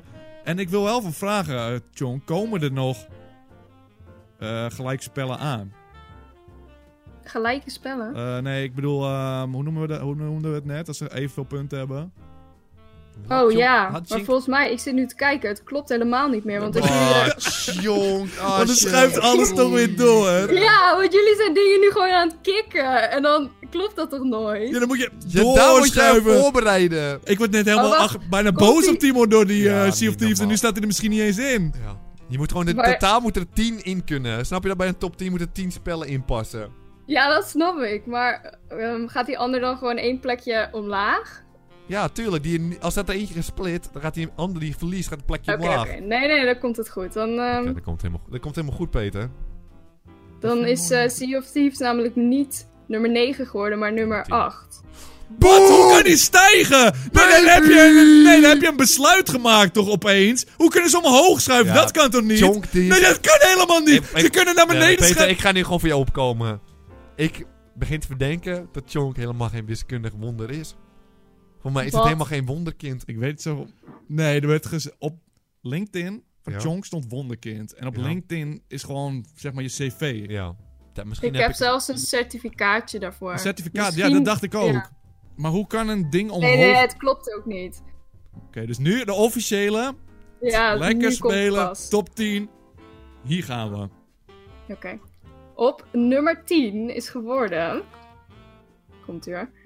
Speaker 1: En ik wil wel van vragen, John, komen er nog gelijke spellen aan?
Speaker 3: Gelijke spellen?
Speaker 1: Nee, ik bedoel, hoe noemden we het net? Als ze evenveel punten hebben.
Speaker 3: Oh ja,
Speaker 2: Had
Speaker 3: maar
Speaker 2: Jink-
Speaker 3: volgens mij, ik zit nu te kijken, het klopt helemaal niet meer. Want als jullie
Speaker 2: Jonk.
Speaker 1: Want dan schuift alles toch weer door.
Speaker 3: Ja, want jullie zijn dingen nu gewoon aan het kicken. En dan klopt dat toch nooit?
Speaker 1: Ja, dan moet je
Speaker 2: Daar moet je
Speaker 1: doorschuiven.
Speaker 2: voorbereiden.
Speaker 1: Ik word net helemaal
Speaker 3: Oh, wacht.
Speaker 1: bijna
Speaker 3: Komt-ie.
Speaker 1: boos op Timo door die
Speaker 2: Ja,
Speaker 1: Sea
Speaker 2: niet
Speaker 1: of Thieves. En
Speaker 2: normaal.
Speaker 1: nu staat hij er misschien niet eens in.
Speaker 2: Ja. Je moet gewoon,
Speaker 3: Maar-
Speaker 2: totaal moeten er 10 in kunnen. Snap je dat bij een top 10 moeten 10 spellen inpassen?
Speaker 3: Ja, dat snap ik. Maar gaat die ander dan gewoon 1 plekje omlaag?
Speaker 2: Ja, tuurlijk. Als dat er eentje gesplit, dan gaat die ander die verliest, gaat het plekje
Speaker 3: Oké,
Speaker 2: omlaag.
Speaker 3: oké. Nee, dan komt het goed. Dan,
Speaker 2: Ja, dat komt helemaal goed, Peter.
Speaker 3: dan is Sea of Thieves namelijk niet nummer 9 geworden, maar nummer
Speaker 2: 10.
Speaker 3: 8.
Speaker 1: Wat? Hoe kan die stijgen? Nee, dan heb je een besluit gemaakt toch opeens? Hoe kunnen ze omhoog schuiven?
Speaker 2: Ja,
Speaker 1: Dat kan toch niet?
Speaker 2: Jonk, die-
Speaker 1: Nee, dat kan helemaal niet.
Speaker 2: Ik-
Speaker 1: Ze kunnen naar beneden
Speaker 2: Peter,
Speaker 1: schuiven.
Speaker 2: ik ga nu gewoon voor jou opkomen. Ik begin te verdenken dat Chonk helemaal geen wiskundig wonder is. Voor mij is het
Speaker 3: Wat?
Speaker 2: helemaal geen wonderkind.
Speaker 1: Ik weet het zo. Nee, er werd op LinkedIn van
Speaker 2: Ja.
Speaker 1: Chonk stond wonderkind. En op
Speaker 2: Ja.
Speaker 1: LinkedIn is gewoon, zeg maar, je cv.
Speaker 2: Ja. Misschien
Speaker 3: Ik heb zelfs een certificaatje daarvoor.
Speaker 1: Een certificaat, ja,
Speaker 3: Misschien-
Speaker 1: dat dacht ik ook.
Speaker 3: ja.
Speaker 1: Maar hoe kan een ding omhoog...
Speaker 3: Nee, het klopt ook niet.
Speaker 1: Oké, dus nu de officiële.
Speaker 3: Ja,
Speaker 1: Lekker
Speaker 3: nu komt het
Speaker 1: spelen.
Speaker 3: pas.
Speaker 1: Top 10. Hier gaan we.
Speaker 3: Oké. Op nummer 10 is geworden... Komt u hoor.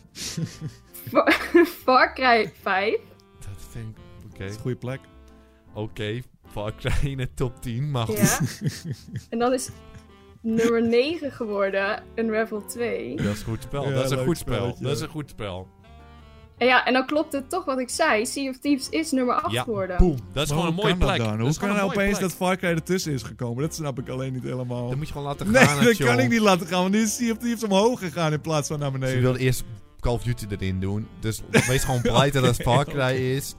Speaker 3: Far Cry 5.
Speaker 2: Dat vind ik... Oké.
Speaker 1: Dat is een goede plek.
Speaker 2: Oké. Far Cry in de top 10, maar goed.
Speaker 3: Ja. En dan is nummer 9 geworden Unravel 2.
Speaker 2: Dat is een goed spel.
Speaker 1: Ja,
Speaker 2: dat is een
Speaker 1: leuk
Speaker 2: goed spel.
Speaker 1: spelletje.
Speaker 2: Dat is een goed spel.
Speaker 3: En ja, en dan klopt het toch wat ik zei. Sea of Thieves is nummer 8
Speaker 2: Ja,
Speaker 3: geworden.
Speaker 2: boom. Dat is
Speaker 1: Maar
Speaker 2: gewoon een
Speaker 1: hoe
Speaker 2: mooie
Speaker 1: kan dat
Speaker 2: plek.
Speaker 1: dan?
Speaker 2: Dat
Speaker 1: Hoe
Speaker 2: is
Speaker 1: kan
Speaker 2: gewoon
Speaker 1: nou
Speaker 2: een mooie
Speaker 1: opeens
Speaker 2: plek.
Speaker 1: dat Far Cry ertussen is gekomen? Dat snap ik alleen niet helemaal.
Speaker 2: Dat moet je gewoon laten
Speaker 1: Nee,
Speaker 2: gaan.
Speaker 1: dat kan ik niet laten gaan. Want nu is Sea of Thieves omhoog gegaan in plaats van naar
Speaker 2: Ze
Speaker 1: beneden.
Speaker 2: wilde eerst Call of Duty erin doen. Dus wees gewoon blij dat het Far Cry is.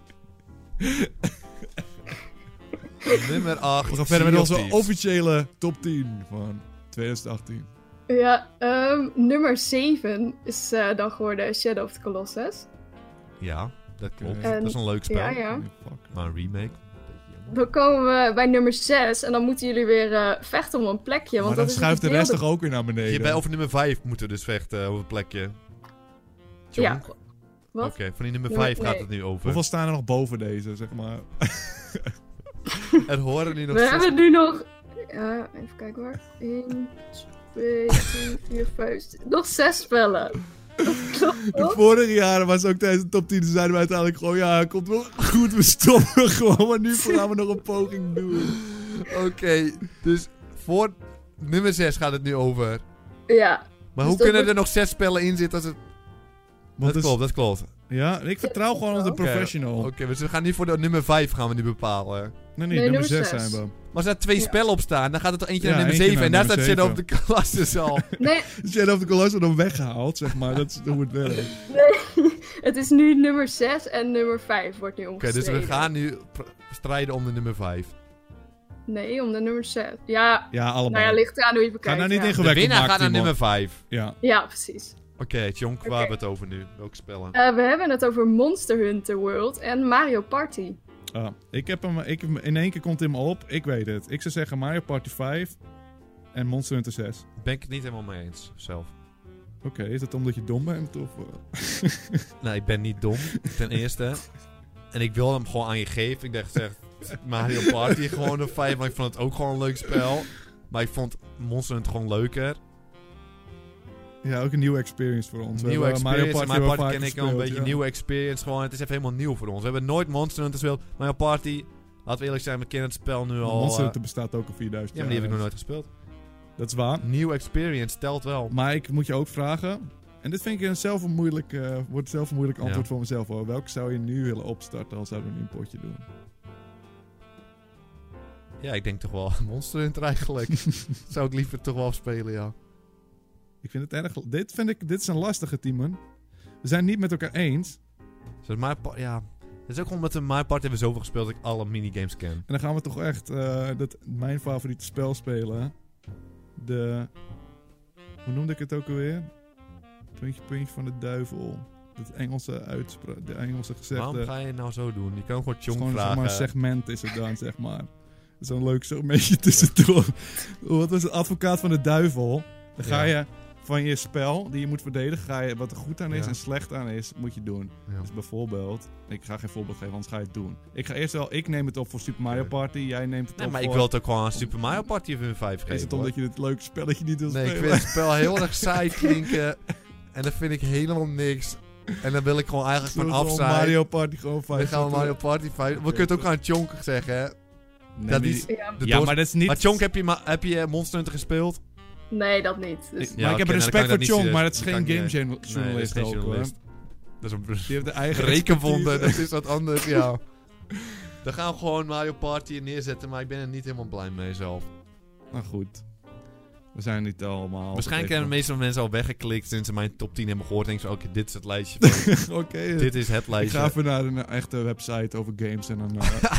Speaker 2: Nummer 8.
Speaker 1: We gaan verder met onze officiële top 10 van 2018.
Speaker 3: Ja, nummer 7 is dan geworden Shadow of the Colossus.
Speaker 2: Ja, dat klopt.
Speaker 1: En-
Speaker 2: Dat is een leuk spel.
Speaker 3: Ja.
Speaker 1: Nee, fuck.
Speaker 2: Maar een remake.
Speaker 3: Dan komen we bij nummer 6 en dan moeten jullie weer vechten om een plekje. Want
Speaker 1: Maar
Speaker 3: dat
Speaker 1: dan
Speaker 3: is een
Speaker 1: schuift de rest
Speaker 3: gedeelde-
Speaker 1: toch ook weer naar beneden?
Speaker 2: Hier bij over nummer 5 moeten we dus vechten op het plekje.
Speaker 3: Ja.
Speaker 2: Jonk?
Speaker 3: Wat?
Speaker 2: Oké, van die nummer
Speaker 3: Nummer-
Speaker 2: 5 gaat
Speaker 3: nee.
Speaker 2: het nu over.
Speaker 1: Hoeveel staan er nog boven deze, zeg maar?
Speaker 2: Er horen nu nog
Speaker 3: We
Speaker 2: 6.
Speaker 3: hebben nu nog... even kijken hoor. 1, 2, 3, 4, 5... Nog 6 spellen. Dat klopt
Speaker 1: De
Speaker 3: toch?
Speaker 1: vorige jaren was ook tijdens de top 10. Toen zeiden we uiteindelijk gewoon, ja, komt wel goed, we stoppen gewoon. Maar nu gaan we nog een poging doen.
Speaker 2: Oké, dus voor nummer 6 gaat het nu over.
Speaker 3: Ja.
Speaker 2: Maar
Speaker 3: Dus
Speaker 2: hoe
Speaker 3: dat
Speaker 2: kunnen er
Speaker 3: wordt-
Speaker 2: nog 6 spellen in zitten als het...
Speaker 1: Want
Speaker 2: Dat
Speaker 1: dus-
Speaker 2: klopt, dat klopt.
Speaker 1: Ja, ik vertrouw gewoon op de
Speaker 2: Oké,
Speaker 1: professional.
Speaker 2: Oké, dus we gaan nu voor de nummer 5 gaan we nu bepalen.
Speaker 1: Nee,
Speaker 3: Nee,
Speaker 1: nummer
Speaker 3: nummer
Speaker 1: 6
Speaker 3: zes.
Speaker 1: zijn we.
Speaker 2: Maar als daar 2
Speaker 3: Ja.
Speaker 2: spellen op staan, dan gaat het er eentje
Speaker 1: Ja,
Speaker 2: naar nummer
Speaker 1: eentje
Speaker 2: 7. En
Speaker 1: naar
Speaker 2: daar staat
Speaker 1: nummer
Speaker 2: Shadow of the Colossus al.
Speaker 3: Nee,
Speaker 1: Shadow of the Colossus dan weggehaald, zeg maar. Dat is hoe het werkt.
Speaker 3: nee. Het is nu nummer 6 en nummer 5 wordt nu
Speaker 2: Oké,
Speaker 3: omgestreden.
Speaker 2: dus we gaan nu strijden om de nummer 5.
Speaker 3: Nee, om de nummer 6. Ja,
Speaker 1: Ja, allemaal.
Speaker 3: nou ja, ligt eraan hoe je
Speaker 1: Ga
Speaker 3: bekijkt.
Speaker 1: nou niet
Speaker 3: ja.
Speaker 2: De
Speaker 1: ingewikkeld
Speaker 2: winnaar
Speaker 1: maken,
Speaker 2: gaat naar
Speaker 1: Timo.
Speaker 2: nummer 5.
Speaker 1: Ja.
Speaker 3: Ja, precies.
Speaker 2: Oké, Tjonk, waar
Speaker 3: Oké.
Speaker 2: hebben we het over nu? Welke spellen?
Speaker 3: We hebben het over Monster Hunter World en Mario Party.
Speaker 1: Ik heb hem, in één keer komt hij me op. Ik weet het. Ik zou zeggen Mario Party 5 en Monster Hunter 6.
Speaker 2: Ben ik het niet helemaal mee eens, zelf.
Speaker 1: Oké, is het omdat je dom bent? Of,
Speaker 2: Nee, ik ben niet dom, ten eerste. En ik wil hem gewoon aan je geven. Ik dacht, zeg, Mario Party gewoon een 5, maar ik vond het ook gewoon een leuk spel. Maar ik vond Monster Hunter gewoon leuker.
Speaker 1: Ja, ook een nieuwe experience voor ons. We
Speaker 2: Nieuwe
Speaker 1: hebben
Speaker 2: experience. Mario Party
Speaker 1: wel
Speaker 2: ken
Speaker 1: vaak
Speaker 2: ik al een
Speaker 1: gespeeld,
Speaker 2: beetje.
Speaker 1: ja.
Speaker 2: Nieuwe experience. Gewoon, het is even helemaal nieuw voor ons. We hebben nooit Monster Hunter gespeeld. Mario Party, laten we eerlijk zijn, we kennen het spel nu al.
Speaker 1: Monster Hunter bestaat ook al 4000
Speaker 2: ja, maar die heb ik nog nooit gespeeld.
Speaker 1: Dat is waar.
Speaker 2: Nieuwe experience telt wel.
Speaker 1: Maar ik moet je ook vragen. En dit vind ik zelf een moeilijk, wordt zelf een moeilijk antwoord
Speaker 2: Ja.
Speaker 1: voor mezelf hoor. Welke zou je nu willen opstarten als zouden we nu een potje doen?
Speaker 2: Ja, ik denk toch wel Monster Hunter eigenlijk. Zou ik liever toch wel spelen, ja.
Speaker 1: Ik vind het erg. Dit is een lastige, Timon. We zijn het niet met elkaar eens.
Speaker 2: Dus Mario Party, ja. Het is ook gewoon omdat we Mario Party hebben zoveel gespeeld dat ik alle minigames ken.
Speaker 1: En dan gaan we toch echt mijn favoriete spel spelen. Hoe noemde ik het ook alweer? Puntje van de duivel. Het Engelse de Engelse gezegde.
Speaker 2: Waarom ga je het nou zo doen? Je kan gewoon
Speaker 1: Het is
Speaker 2: Chonk
Speaker 1: gewoon, zeg
Speaker 2: vragen.
Speaker 1: maar, segment is het dan, zeg maar. Zo'n leuk segmentje tussendoor. Wat was het? Advocaat van de duivel. Dan ga je van je spel die je moet verdedigen, ga je wat er goed aan is en slecht aan is, moet je doen.
Speaker 2: Ja.
Speaker 1: Dus bijvoorbeeld, ik ga geen voorbeeld geven, anders ga je het doen. Ik neem het op voor Super Mario Party, jij neemt het
Speaker 2: Nee,
Speaker 1: op
Speaker 2: maar
Speaker 1: voor...
Speaker 2: ik wil het ook gewoon aan Super Mario Party of 5 geven.
Speaker 1: Is het omdat je het leuke spelletje niet wil
Speaker 2: Nee, ik
Speaker 1: spelen?
Speaker 2: vind het spel heel erg saai klinken. En dat vind ik helemaal niks. En dan wil ik gewoon eigenlijk
Speaker 1: Zullen we
Speaker 2: vanaf
Speaker 1: gewoon
Speaker 2: zijn.
Speaker 1: Mario Party gewoon 5.
Speaker 2: Dan gaan we Mario Party 5. We kunnen het ook aan Chonk zeggen, hè.
Speaker 1: Nee,
Speaker 2: dat
Speaker 1: maar
Speaker 2: is-
Speaker 1: die-
Speaker 3: Ja.
Speaker 1: ja, maar dat is niet...
Speaker 2: Maar Chonk, heb je Monster Hunter gespeeld?
Speaker 3: Nee, dat niet. Dus...
Speaker 1: Maar ik heb
Speaker 2: oké,
Speaker 1: respect
Speaker 2: dan kan
Speaker 1: voor
Speaker 2: je dat
Speaker 1: Chonk,
Speaker 2: niet
Speaker 1: maar het is
Speaker 2: serieus-
Speaker 1: geen
Speaker 2: dan kan
Speaker 1: game
Speaker 2: je-
Speaker 1: journalist
Speaker 2: Nee, dat is geen
Speaker 1: ook, hoor.
Speaker 2: journalist. Dat is een
Speaker 1: Die heeft de eigen
Speaker 2: rekenwonde,
Speaker 1: expertise.
Speaker 2: dat is wat anders, ja. Dan gaan we gewoon Mario Party neerzetten, maar ik ben er niet helemaal blij mee zelf.
Speaker 1: Nou goed. We zijn niet allemaal...
Speaker 2: Waarschijnlijk hebben de meeste mensen al weggeklikt sinds ze mijn top 10 hebben gehoord. Denken ze, oké, dit is het lijstje. Van,
Speaker 1: Oké,
Speaker 2: dit is het
Speaker 1: ik
Speaker 2: lijstje.
Speaker 1: ga even naar een echte website over games en dan...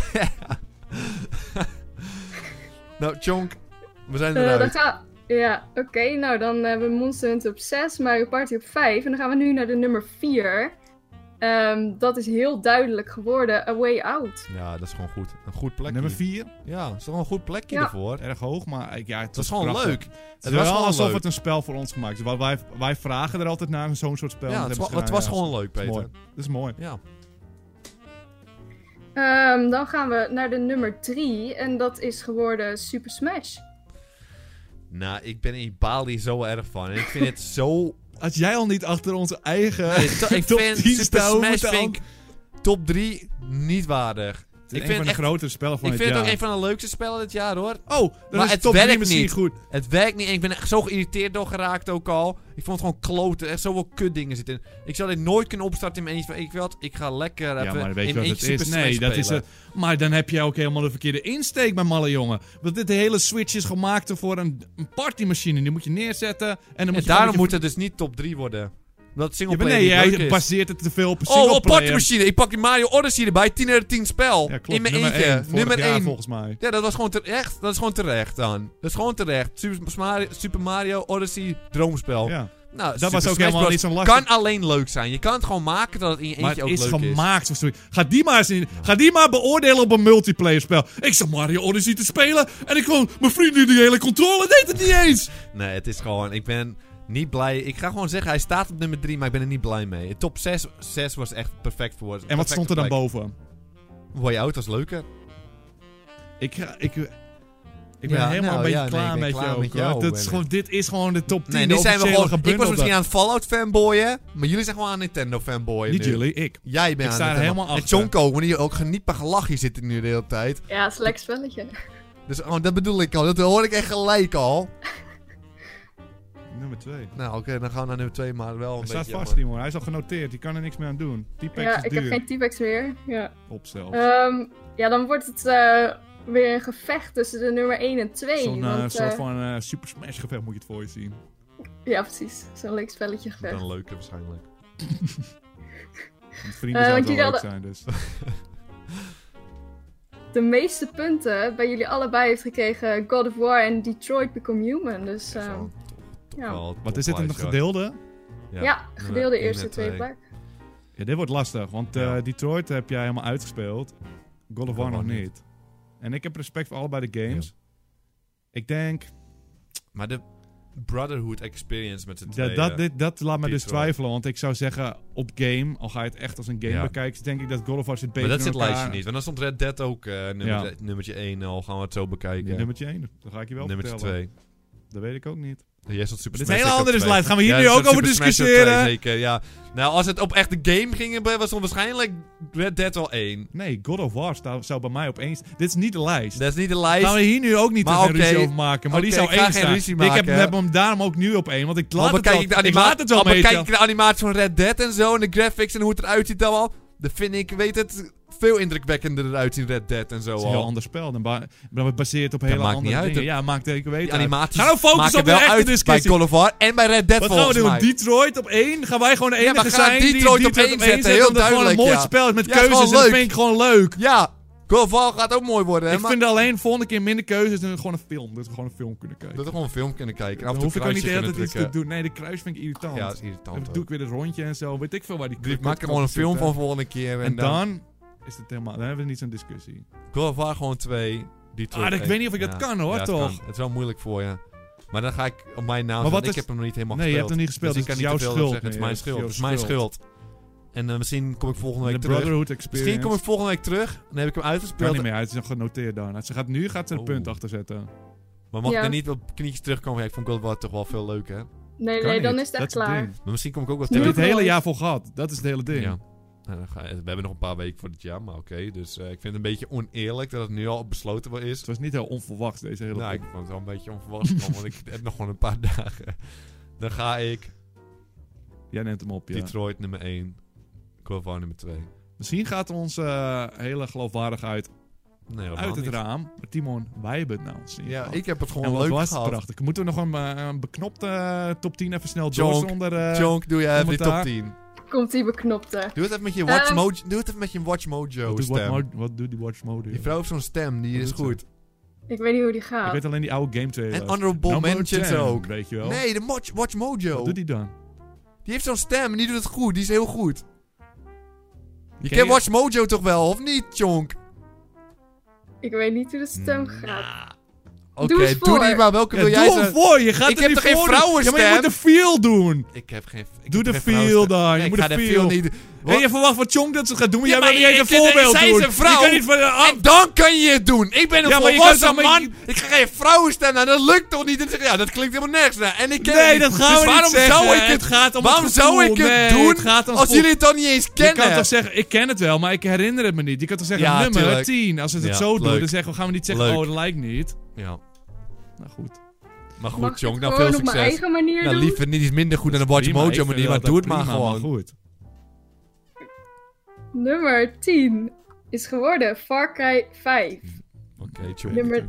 Speaker 2: Nou, Chonk, we zijn
Speaker 3: dan
Speaker 2: eruit.
Speaker 3: Ja, oké. Nou, dan hebben we Monster Hunter op 6, Mario Party op 5. En dan gaan we nu naar de nummer 4. Dat is heel duidelijk geworden. A Way Out.
Speaker 2: Ja, dat is gewoon goed. Een goed plekje.
Speaker 1: Nummer 4.
Speaker 2: Ja, dat is toch een goed plekje
Speaker 3: Ja.
Speaker 2: ervoor.
Speaker 1: Erg hoog, maar ja, het
Speaker 2: Dat is
Speaker 1: was
Speaker 2: gewoon
Speaker 1: prachtig.
Speaker 2: leuk.
Speaker 1: Het
Speaker 2: Het
Speaker 1: is
Speaker 2: was
Speaker 1: wel
Speaker 2: gewoon
Speaker 1: alsof
Speaker 2: leuk.
Speaker 1: het een spel voor ons gemaakt is. Wij vragen er altijd naar zo'n soort spel.
Speaker 2: Ja,
Speaker 1: Dat
Speaker 2: het
Speaker 1: hebben ze
Speaker 2: was
Speaker 1: gedaan,
Speaker 2: gewoon leuk,
Speaker 1: dat is
Speaker 2: Peter.
Speaker 1: mooi. Dat is mooi.
Speaker 2: Ja.
Speaker 3: Dan gaan we naar de nummer 3. En dat is geworden Super Smash.
Speaker 2: Nou, ik ben in Bali zo erg van. En ik vind het zo...
Speaker 1: Als jij al niet achter onze eigen
Speaker 2: ik
Speaker 1: top
Speaker 2: vind
Speaker 1: 10
Speaker 2: Super
Speaker 1: staat,
Speaker 2: Smash
Speaker 1: moeten
Speaker 2: vind ik top 3 niet waardig.
Speaker 1: Het is
Speaker 2: Ik
Speaker 1: een van de
Speaker 2: echt-
Speaker 1: grotere spellen van
Speaker 2: Ik
Speaker 1: het
Speaker 2: vind het
Speaker 1: jaar.
Speaker 2: ook een van de leukste spellen dit jaar, hoor.
Speaker 1: Oh, dan
Speaker 2: Maar
Speaker 1: is
Speaker 2: het
Speaker 1: top 3
Speaker 2: werkt
Speaker 1: misschien
Speaker 2: niet.
Speaker 1: goed.
Speaker 2: Het werkt niet en ik ben echt zo geïrriteerd door geraakt ook al. Ik vond het gewoon kloten. Echt zoveel kutdingen zitten in. Ik zou dit nooit kunnen opstarten in mijn eentje. Van, ik weet wat, ik ga lekker even
Speaker 1: Ja, maar weet je
Speaker 2: in
Speaker 1: wat het
Speaker 2: eentje
Speaker 1: is?
Speaker 2: Super Smash
Speaker 1: Nee, dat is
Speaker 2: spelen.
Speaker 1: het. Maar dan heb je ook helemaal de verkeerde insteek bij malle jongen. Want dit hele Switch is gemaakt voor een partymachine. Die moet je neerzetten en dan moet
Speaker 2: En
Speaker 1: je...
Speaker 2: daarom moet het dus niet top 3 worden. Omdat
Speaker 1: Ja,
Speaker 2: singleplayer
Speaker 1: maar nee,
Speaker 2: niet leuk
Speaker 1: jij
Speaker 2: is.
Speaker 1: baseert het te veel op een
Speaker 2: Oh,
Speaker 1: singleplayer.
Speaker 2: op partymachine. Ik pak die Mario Odyssey erbij. 10 uit 10 spel.
Speaker 1: Ja, klopt.
Speaker 2: In mijn
Speaker 1: nummer
Speaker 2: eentje.
Speaker 1: 1,
Speaker 2: Nummer
Speaker 1: jaar
Speaker 2: 1.
Speaker 1: volgens mij.
Speaker 2: Ja, dat was gewoon terecht. Dat is gewoon terecht dan. Dat is gewoon terecht. Super Mario Odyssey droomspel.
Speaker 1: Ja.
Speaker 2: Nou,
Speaker 1: Dat
Speaker 2: Super
Speaker 1: was ook
Speaker 2: Smash
Speaker 1: helemaal
Speaker 2: Bros.
Speaker 1: niet zo lastig.
Speaker 2: Kan alleen leuk zijn. Je kan het gewoon maken dat het in je
Speaker 1: Maar
Speaker 2: eentje ook
Speaker 1: het is
Speaker 2: leuk is.
Speaker 1: gemaakt voor zoiets. Ga die maar beoordelen op een multiplayer spel. Ik zag Mario Odyssey te spelen en ik gewoon... Mijn vrienden die hele controle deed het niet eens.
Speaker 2: Nee, het is gewoon... Ik ben niet blij. Ik ga gewoon zeggen, hij staat op nummer 3, maar ik ben er niet blij mee. Top 6 was echt perfect voor.
Speaker 1: En wat stond er dan boven?
Speaker 2: Way Out was leuker.
Speaker 1: Ik ben
Speaker 2: Ja,
Speaker 1: helemaal
Speaker 2: nou,
Speaker 1: een beetje
Speaker 2: ja, nee,
Speaker 1: klaar
Speaker 2: ik ben
Speaker 1: met
Speaker 2: klaar
Speaker 1: jou.
Speaker 2: met jou,
Speaker 1: Dit is
Speaker 2: ben
Speaker 1: gewoon,
Speaker 2: ik.
Speaker 1: dit is gewoon de top 10.
Speaker 2: Nee,
Speaker 1: de
Speaker 2: nu zijn we
Speaker 1: officiële
Speaker 2: gewoon... Ik was misschien
Speaker 1: gebundelde.
Speaker 2: aan het Fallout fanboyen, maar jullie zijn gewoon aan Nintendo fanboyen
Speaker 1: Niet
Speaker 2: nu.
Speaker 1: jullie, ik.
Speaker 2: Jij bent
Speaker 1: Ik
Speaker 2: aan
Speaker 1: sta er
Speaker 2: Nintendo.
Speaker 1: helemaal
Speaker 2: En
Speaker 1: achter.
Speaker 2: Chonk ook, wanneer je ook geniepig lachen zit nu de hele tijd.
Speaker 3: Ja, het is een lekker spelletje.
Speaker 2: Dus dat bedoel ik al, dat hoor ik echt gelijk al.
Speaker 1: Nummer 2.
Speaker 2: Nou, oké, dan gaan we naar nummer 2, maar wel een
Speaker 1: Hij
Speaker 2: beetje...
Speaker 1: staat vast, Timon. Hij is al genoteerd. Je kan er niks meer aan doen. T-Pax
Speaker 3: Ja,
Speaker 1: is
Speaker 3: ik
Speaker 1: duur.
Speaker 3: heb geen T-Pex meer. Ja.
Speaker 1: Op zelfs.
Speaker 3: Ja, dan wordt het weer een gevecht tussen de nummer 1 en 2.
Speaker 1: Zo'n
Speaker 3: want,
Speaker 1: soort van Super Smash gevecht moet je het voor je zien.
Speaker 3: Ja, precies. Zo'n leuk spelletje gevecht.
Speaker 2: Dan leuker waarschijnlijk.
Speaker 1: Met vrienden zou het
Speaker 3: want
Speaker 1: wel
Speaker 3: jullie
Speaker 1: leuk zijn, dus.
Speaker 3: De meeste punten bij jullie allebei heeft gekregen God of War en Detroit Become Human. Dus
Speaker 2: Echt wel toch
Speaker 3: ja.
Speaker 2: wel
Speaker 1: Wat is dit, een
Speaker 2: toplijst,
Speaker 1: gedeelde?
Speaker 3: ja, gedeelde
Speaker 2: één
Speaker 3: eerste
Speaker 2: en
Speaker 3: tweede
Speaker 2: twee.
Speaker 3: plek.
Speaker 1: Ja, dit wordt lastig, want
Speaker 2: Ja.
Speaker 1: Detroit heb jij helemaal uitgespeeld. God of War nog
Speaker 2: niet.
Speaker 1: niet. En ik heb respect voor allebei de games. Ik denk,
Speaker 2: Maar de Brotherhood experience met z'n tweeën...
Speaker 1: dat laat me dus
Speaker 2: Detroit.
Speaker 1: twijfelen. Want ik zou zeggen, op game, al ga je het echt als een game
Speaker 2: Ja.
Speaker 1: bekijken, denk ik dat God of War zit beter
Speaker 2: Maar dat
Speaker 1: in
Speaker 2: zit het
Speaker 1: elkaar.
Speaker 2: lijstje niet. Want dan stond Red Dead ook nummertje 1 al. Gaan we het zo bekijken.
Speaker 1: Nee, nummertje 1, dat ga ik je wel
Speaker 2: Nummertje
Speaker 1: vertellen.
Speaker 2: 2.
Speaker 1: Dat weet ik ook niet.
Speaker 2: Jij stond Super
Speaker 1: Dit
Speaker 2: Smash
Speaker 1: is een hele
Speaker 2: Bros.
Speaker 1: andere
Speaker 2: 2.
Speaker 1: slide. Gaan we hier
Speaker 2: Ja,
Speaker 1: nu
Speaker 2: dat
Speaker 1: ook
Speaker 2: stond
Speaker 1: over
Speaker 2: Super Smash Bros.
Speaker 1: discussiëren?
Speaker 2: 2, zeker, ja. Nou, als het op echt de game ging, was het waarschijnlijk Red Dead wel 1.
Speaker 1: Nee, God of War zou bij mij op 1 staan. Dit is niet de lijst.
Speaker 2: Dat is niet de lijst.
Speaker 1: Gaan we hier nu ook niet
Speaker 2: Maar
Speaker 1: een
Speaker 2: oké.
Speaker 1: ruzie over maken. Maar die
Speaker 2: Oké,
Speaker 1: zou
Speaker 2: ik ga
Speaker 1: 1
Speaker 2: geen
Speaker 1: staan.
Speaker 2: ruzie
Speaker 1: Ik
Speaker 2: maken.
Speaker 1: heb hem daarom ook nu op 1. Want ik laat
Speaker 2: Al
Speaker 1: het
Speaker 2: bekijk
Speaker 1: wel,
Speaker 2: ik de
Speaker 1: ik laat het wel
Speaker 2: bekijk
Speaker 1: meetellen.
Speaker 2: ik de animatie van Red Dead en zo. En de graphics en hoe het eruit ziet allemaal. Dat vind ik, weet het, veel indrukwekkender eruit zien Red Dead en zo
Speaker 1: Het is een heel
Speaker 2: al.
Speaker 1: ander spel. Dan baseert op
Speaker 2: Dat
Speaker 1: hele
Speaker 2: maakt
Speaker 1: andere
Speaker 2: niet uit,
Speaker 1: dingen.
Speaker 2: hè.
Speaker 1: Ja, maakt ik weet
Speaker 2: Die
Speaker 1: het.
Speaker 2: animaties
Speaker 1: Ga nou focussen
Speaker 2: maken
Speaker 1: op de
Speaker 2: wel
Speaker 1: echte
Speaker 2: uit bij
Speaker 1: discussie.
Speaker 2: God of War en bij Red Dead
Speaker 1: Wat gaan we
Speaker 2: volgens
Speaker 1: doen?
Speaker 2: mij.
Speaker 1: Detroit op 1? Gaan wij gewoon de
Speaker 2: Ja,
Speaker 1: enige
Speaker 2: maar ga
Speaker 1: zijn die
Speaker 2: Detroit op
Speaker 1: Detroit
Speaker 2: 1 zetten, heel
Speaker 1: omdat het gewoon een
Speaker 2: duidelijk,
Speaker 1: mooi
Speaker 2: ja.
Speaker 1: spel is met
Speaker 2: Ja, is
Speaker 1: keuzes
Speaker 2: gewoon
Speaker 1: en dat
Speaker 2: leuk.
Speaker 1: vind ik gewoon leuk.
Speaker 2: Ja, God of War gaat ook mooi worden, hè?
Speaker 1: Ik vind alleen volgende keer minder keuzes en gewoon een film. Dat we gewoon een film kunnen kijken.
Speaker 2: Dat we gewoon een film kunnen kijken.
Speaker 1: Dan hoef ik ook niet de hele tijd iets te doen. Nee, de kruis vind ik irritant.
Speaker 2: Ja, dat is irritant.
Speaker 1: Dan doe ik weer het rondje en zo. Weet ik veel waar die
Speaker 2: Dus maak er gewoon een film van volgende keer.
Speaker 1: En dan is het helemaal... Dan hebben we niet zo'n discussie.
Speaker 2: God of War gewoon 2.
Speaker 1: Ik weet niet of ik dat kan, hoor, toch?
Speaker 2: Het is wel moeilijk voor je. Maar dan ga ik op mijn naam
Speaker 1: zeggen,
Speaker 2: ik heb hem nog niet helemaal
Speaker 1: gespeeld. Nee, je hebt hem niet gespeeld.
Speaker 2: Dus
Speaker 1: het is jouw schuld.
Speaker 2: Het is mijn schuld. Het is mijn schuld. En misschien kom ik volgende week terug.
Speaker 1: Brotherhood Experience.
Speaker 2: Misschien kom ik volgende week terug. Dan heb ik hem uitgespeeld.
Speaker 1: Kan niet meer. Het is nog genoteerd dan. Nu gaat ze een punt achter zetten.
Speaker 2: Maar mag ik er niet op knietjes terugkomen? Ja, ik vond God of War toch wel veel leuker, hè?
Speaker 3: Nee, dan is het echt klaar.
Speaker 2: Maar misschien kom ik ook wel
Speaker 1: terug.
Speaker 2: terug.
Speaker 1: Je hebt het hele jaar voor gehad. Dat is het hele ding.
Speaker 2: Ja. We hebben nog een paar weken voor dit jaar, maar oké. Dus ik vind het een beetje oneerlijk dat het nu al besloten is.
Speaker 1: Het was niet heel onverwachts, deze hele
Speaker 2: ik vond het wel een beetje onverwachts, want ik heb nog gewoon een paar dagen. Dan ga ik...
Speaker 1: Jij neemt hem op, ja.
Speaker 2: Detroit nummer 1. God of War nummer 2.
Speaker 1: Misschien gaat ons hele geloofwaardigheid uit het raam. Maar Timon, wij hebben het nou zien.
Speaker 2: Ja, ik heb het gewoon leuk gehad.
Speaker 1: Prachtig. Moeten we nog een beknopte top 10 even snel door zonder...
Speaker 2: Jonk, doe jij even die top 10.
Speaker 3: Komt die beknopte.
Speaker 2: Doe het even met je Watch Mojo. Doe het even met je Watch Mojo stem.
Speaker 1: Wat doet die Watch Mojo?
Speaker 2: Die vrouw heeft zo'n stem, die is goed.
Speaker 3: Ik weet niet hoe die gaat.
Speaker 1: Ik weet alleen die oude game trailers.
Speaker 2: En Honorable Mentions ook.
Speaker 1: Weet je wel.
Speaker 2: Nee, de Watch Mojo.
Speaker 1: Wat doet die dan?
Speaker 2: Die heeft zo'n stem en die doet het goed. Die is heel goed. Je kent Watch Mojo toch wel, of niet, Jonk?
Speaker 3: Ik weet niet hoe de stem gaat.
Speaker 2: Oké, doe die maar. Welke wil jij
Speaker 1: zijn? Doe hem voor, je gaat
Speaker 2: ik heb toch geen vrouwenstem?
Speaker 1: Ja, maar je moet de feel doen.
Speaker 2: Ik heb geen...
Speaker 1: Doe de feel dan.
Speaker 2: Nee,
Speaker 1: je moet
Speaker 2: de feel niet...
Speaker 1: En je verwacht van Chong dat ze het gaat doen, maar jij wil niet eens een
Speaker 2: doen.
Speaker 1: voorbeeld
Speaker 2: Zij is een vrouw. En dan kan je het doen. Ik ben een volwassen man. Ik ga geen vrouwenstem aan. Dat lukt toch niet? En zeg, ja, dat klinkt helemaal nergens naar. En ik ken
Speaker 1: nee, dat gaan we niet zeggen.
Speaker 2: Waarom zou ik het doen als jullie het dan niet eens kennen?
Speaker 1: Je kan toch zeggen, ik ken het wel, maar ik herinner het me niet. Je kan toch zeggen, nummer 10. Als ze het zo doen, dan zeggen we, gaan we niet zeggen, oh, dat lijkt niet.
Speaker 2: Ja.
Speaker 1: Nou goed.
Speaker 2: Maar goed, Jong, nou
Speaker 3: veel
Speaker 2: succes.
Speaker 3: op mijn eigen manier doen?
Speaker 2: Liever niet iets minder goed dan de Watch Mojo manier, maar doe het maar gewoon.
Speaker 1: Goed.
Speaker 3: Nummer 10 is geworden Far Cry 5.
Speaker 2: Oké, Jong.
Speaker 3: Nummer...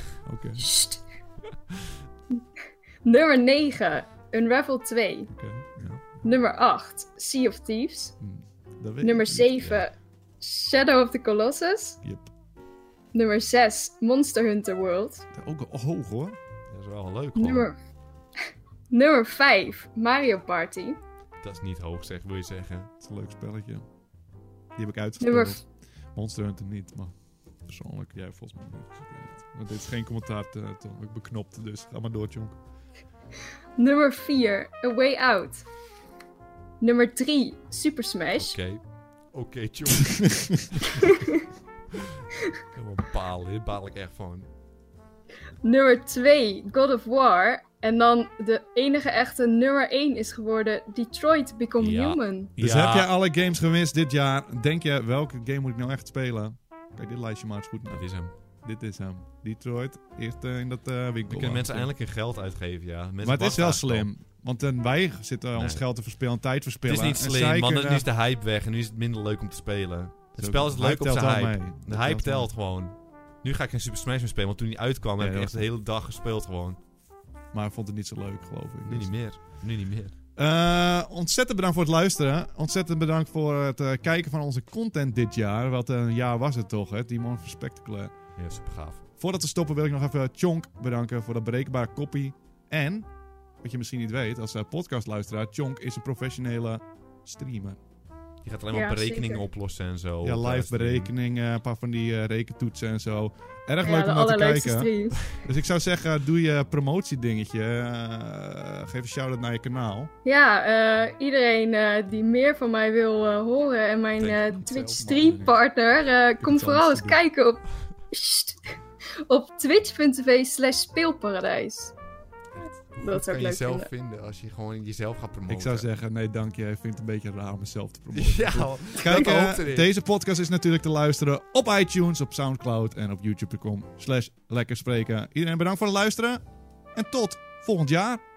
Speaker 3: Nummer 9, Unravel 2. Nummer 8, Sea of Thieves. Nummer 7, Shadow of the Colossus. Nummer 6, Monster Hunter World.
Speaker 1: Ook hoog hoor.
Speaker 2: Dat is wel leuk gewoon.
Speaker 3: Nummer 5, Mario Party.
Speaker 2: Dat is niet hoog, wil je zeggen.
Speaker 1: Het is een leuk spelletje. Die heb ik uitgespeeld. Monster Hunter niet, maar persoonlijk jij volgens mij niet. Want dit is geen commentaar toch ik beknopt, dus ga maar door, Jonk.
Speaker 3: Nummer 4, A Way Out. Nummer 3, Super Smash.
Speaker 2: Oké, Jonk. Helemaal hier baal ik echt van.
Speaker 3: Nummer 2, God of War. En dan de enige echte nummer 1 is geworden Detroit Become Human.
Speaker 1: Dus heb jij alle games gemist dit jaar? Denk je, welke game moet ik nou echt spelen? Kijk dit lijstje maar eens goed naar. Dit is hem. Detroit, eerst in dat winkel.
Speaker 2: We kunnen mensen eindelijk hun geld uitgeven, ja. Mensen
Speaker 1: maar het is wel slim. Want wij zitten ons geld te verspillen, tijd verspillen.
Speaker 2: Het is niet slim, want nu is de hype weg en nu is het minder leuk om te spelen. Het spel is leuk op zijn hype. De hype telt gewoon. Nu ga ik geen Super Smash meer spelen, want toen die uitkwam heb ik echt de hele dag gespeeld gewoon.
Speaker 1: Maar ik vond het niet zo leuk, geloof ik.
Speaker 2: Nu niet meer.
Speaker 1: Ontzettend bedankt voor het luisteren. Ontzettend bedankt voor het kijken van onze content dit jaar. Wat een jaar was het toch, hè? Timon van Spectacular.
Speaker 2: Ja, super gaaf.
Speaker 1: Voordat we stoppen wil ik nog even Chonk bedanken voor dat berekenbare kopie. En, wat je misschien niet weet, als podcastluisteraar, Chonk is een professionele streamer.
Speaker 2: Je gaat alleen maar berekeningen oplossen en zo.
Speaker 1: Ja, live berekeningen, een paar van die rekentoetsen en zo. Erg leuk om naar te kijken.
Speaker 3: Streams.
Speaker 1: Dus ik zou zeggen, doe je promotiedingetje. Geef een shout-out naar je kanaal.
Speaker 3: Ja, iedereen die meer van mij wil horen en mijn Twitch streampartner, kom vooral eens kijken op twitch.tv/speelparadijs. Dat zou ik leuk
Speaker 2: jezelf vinden als je gewoon jezelf gaat promoten.
Speaker 1: Ik zou zeggen, nee dank je. Ik vind het een beetje raar om mezelf te promoten.
Speaker 2: Ja,
Speaker 1: kijk, deze podcast is natuurlijk te luisteren op iTunes, op Soundcloud en op youtube.com/lekkerspreken. Iedereen bedankt voor het luisteren. En tot volgend jaar.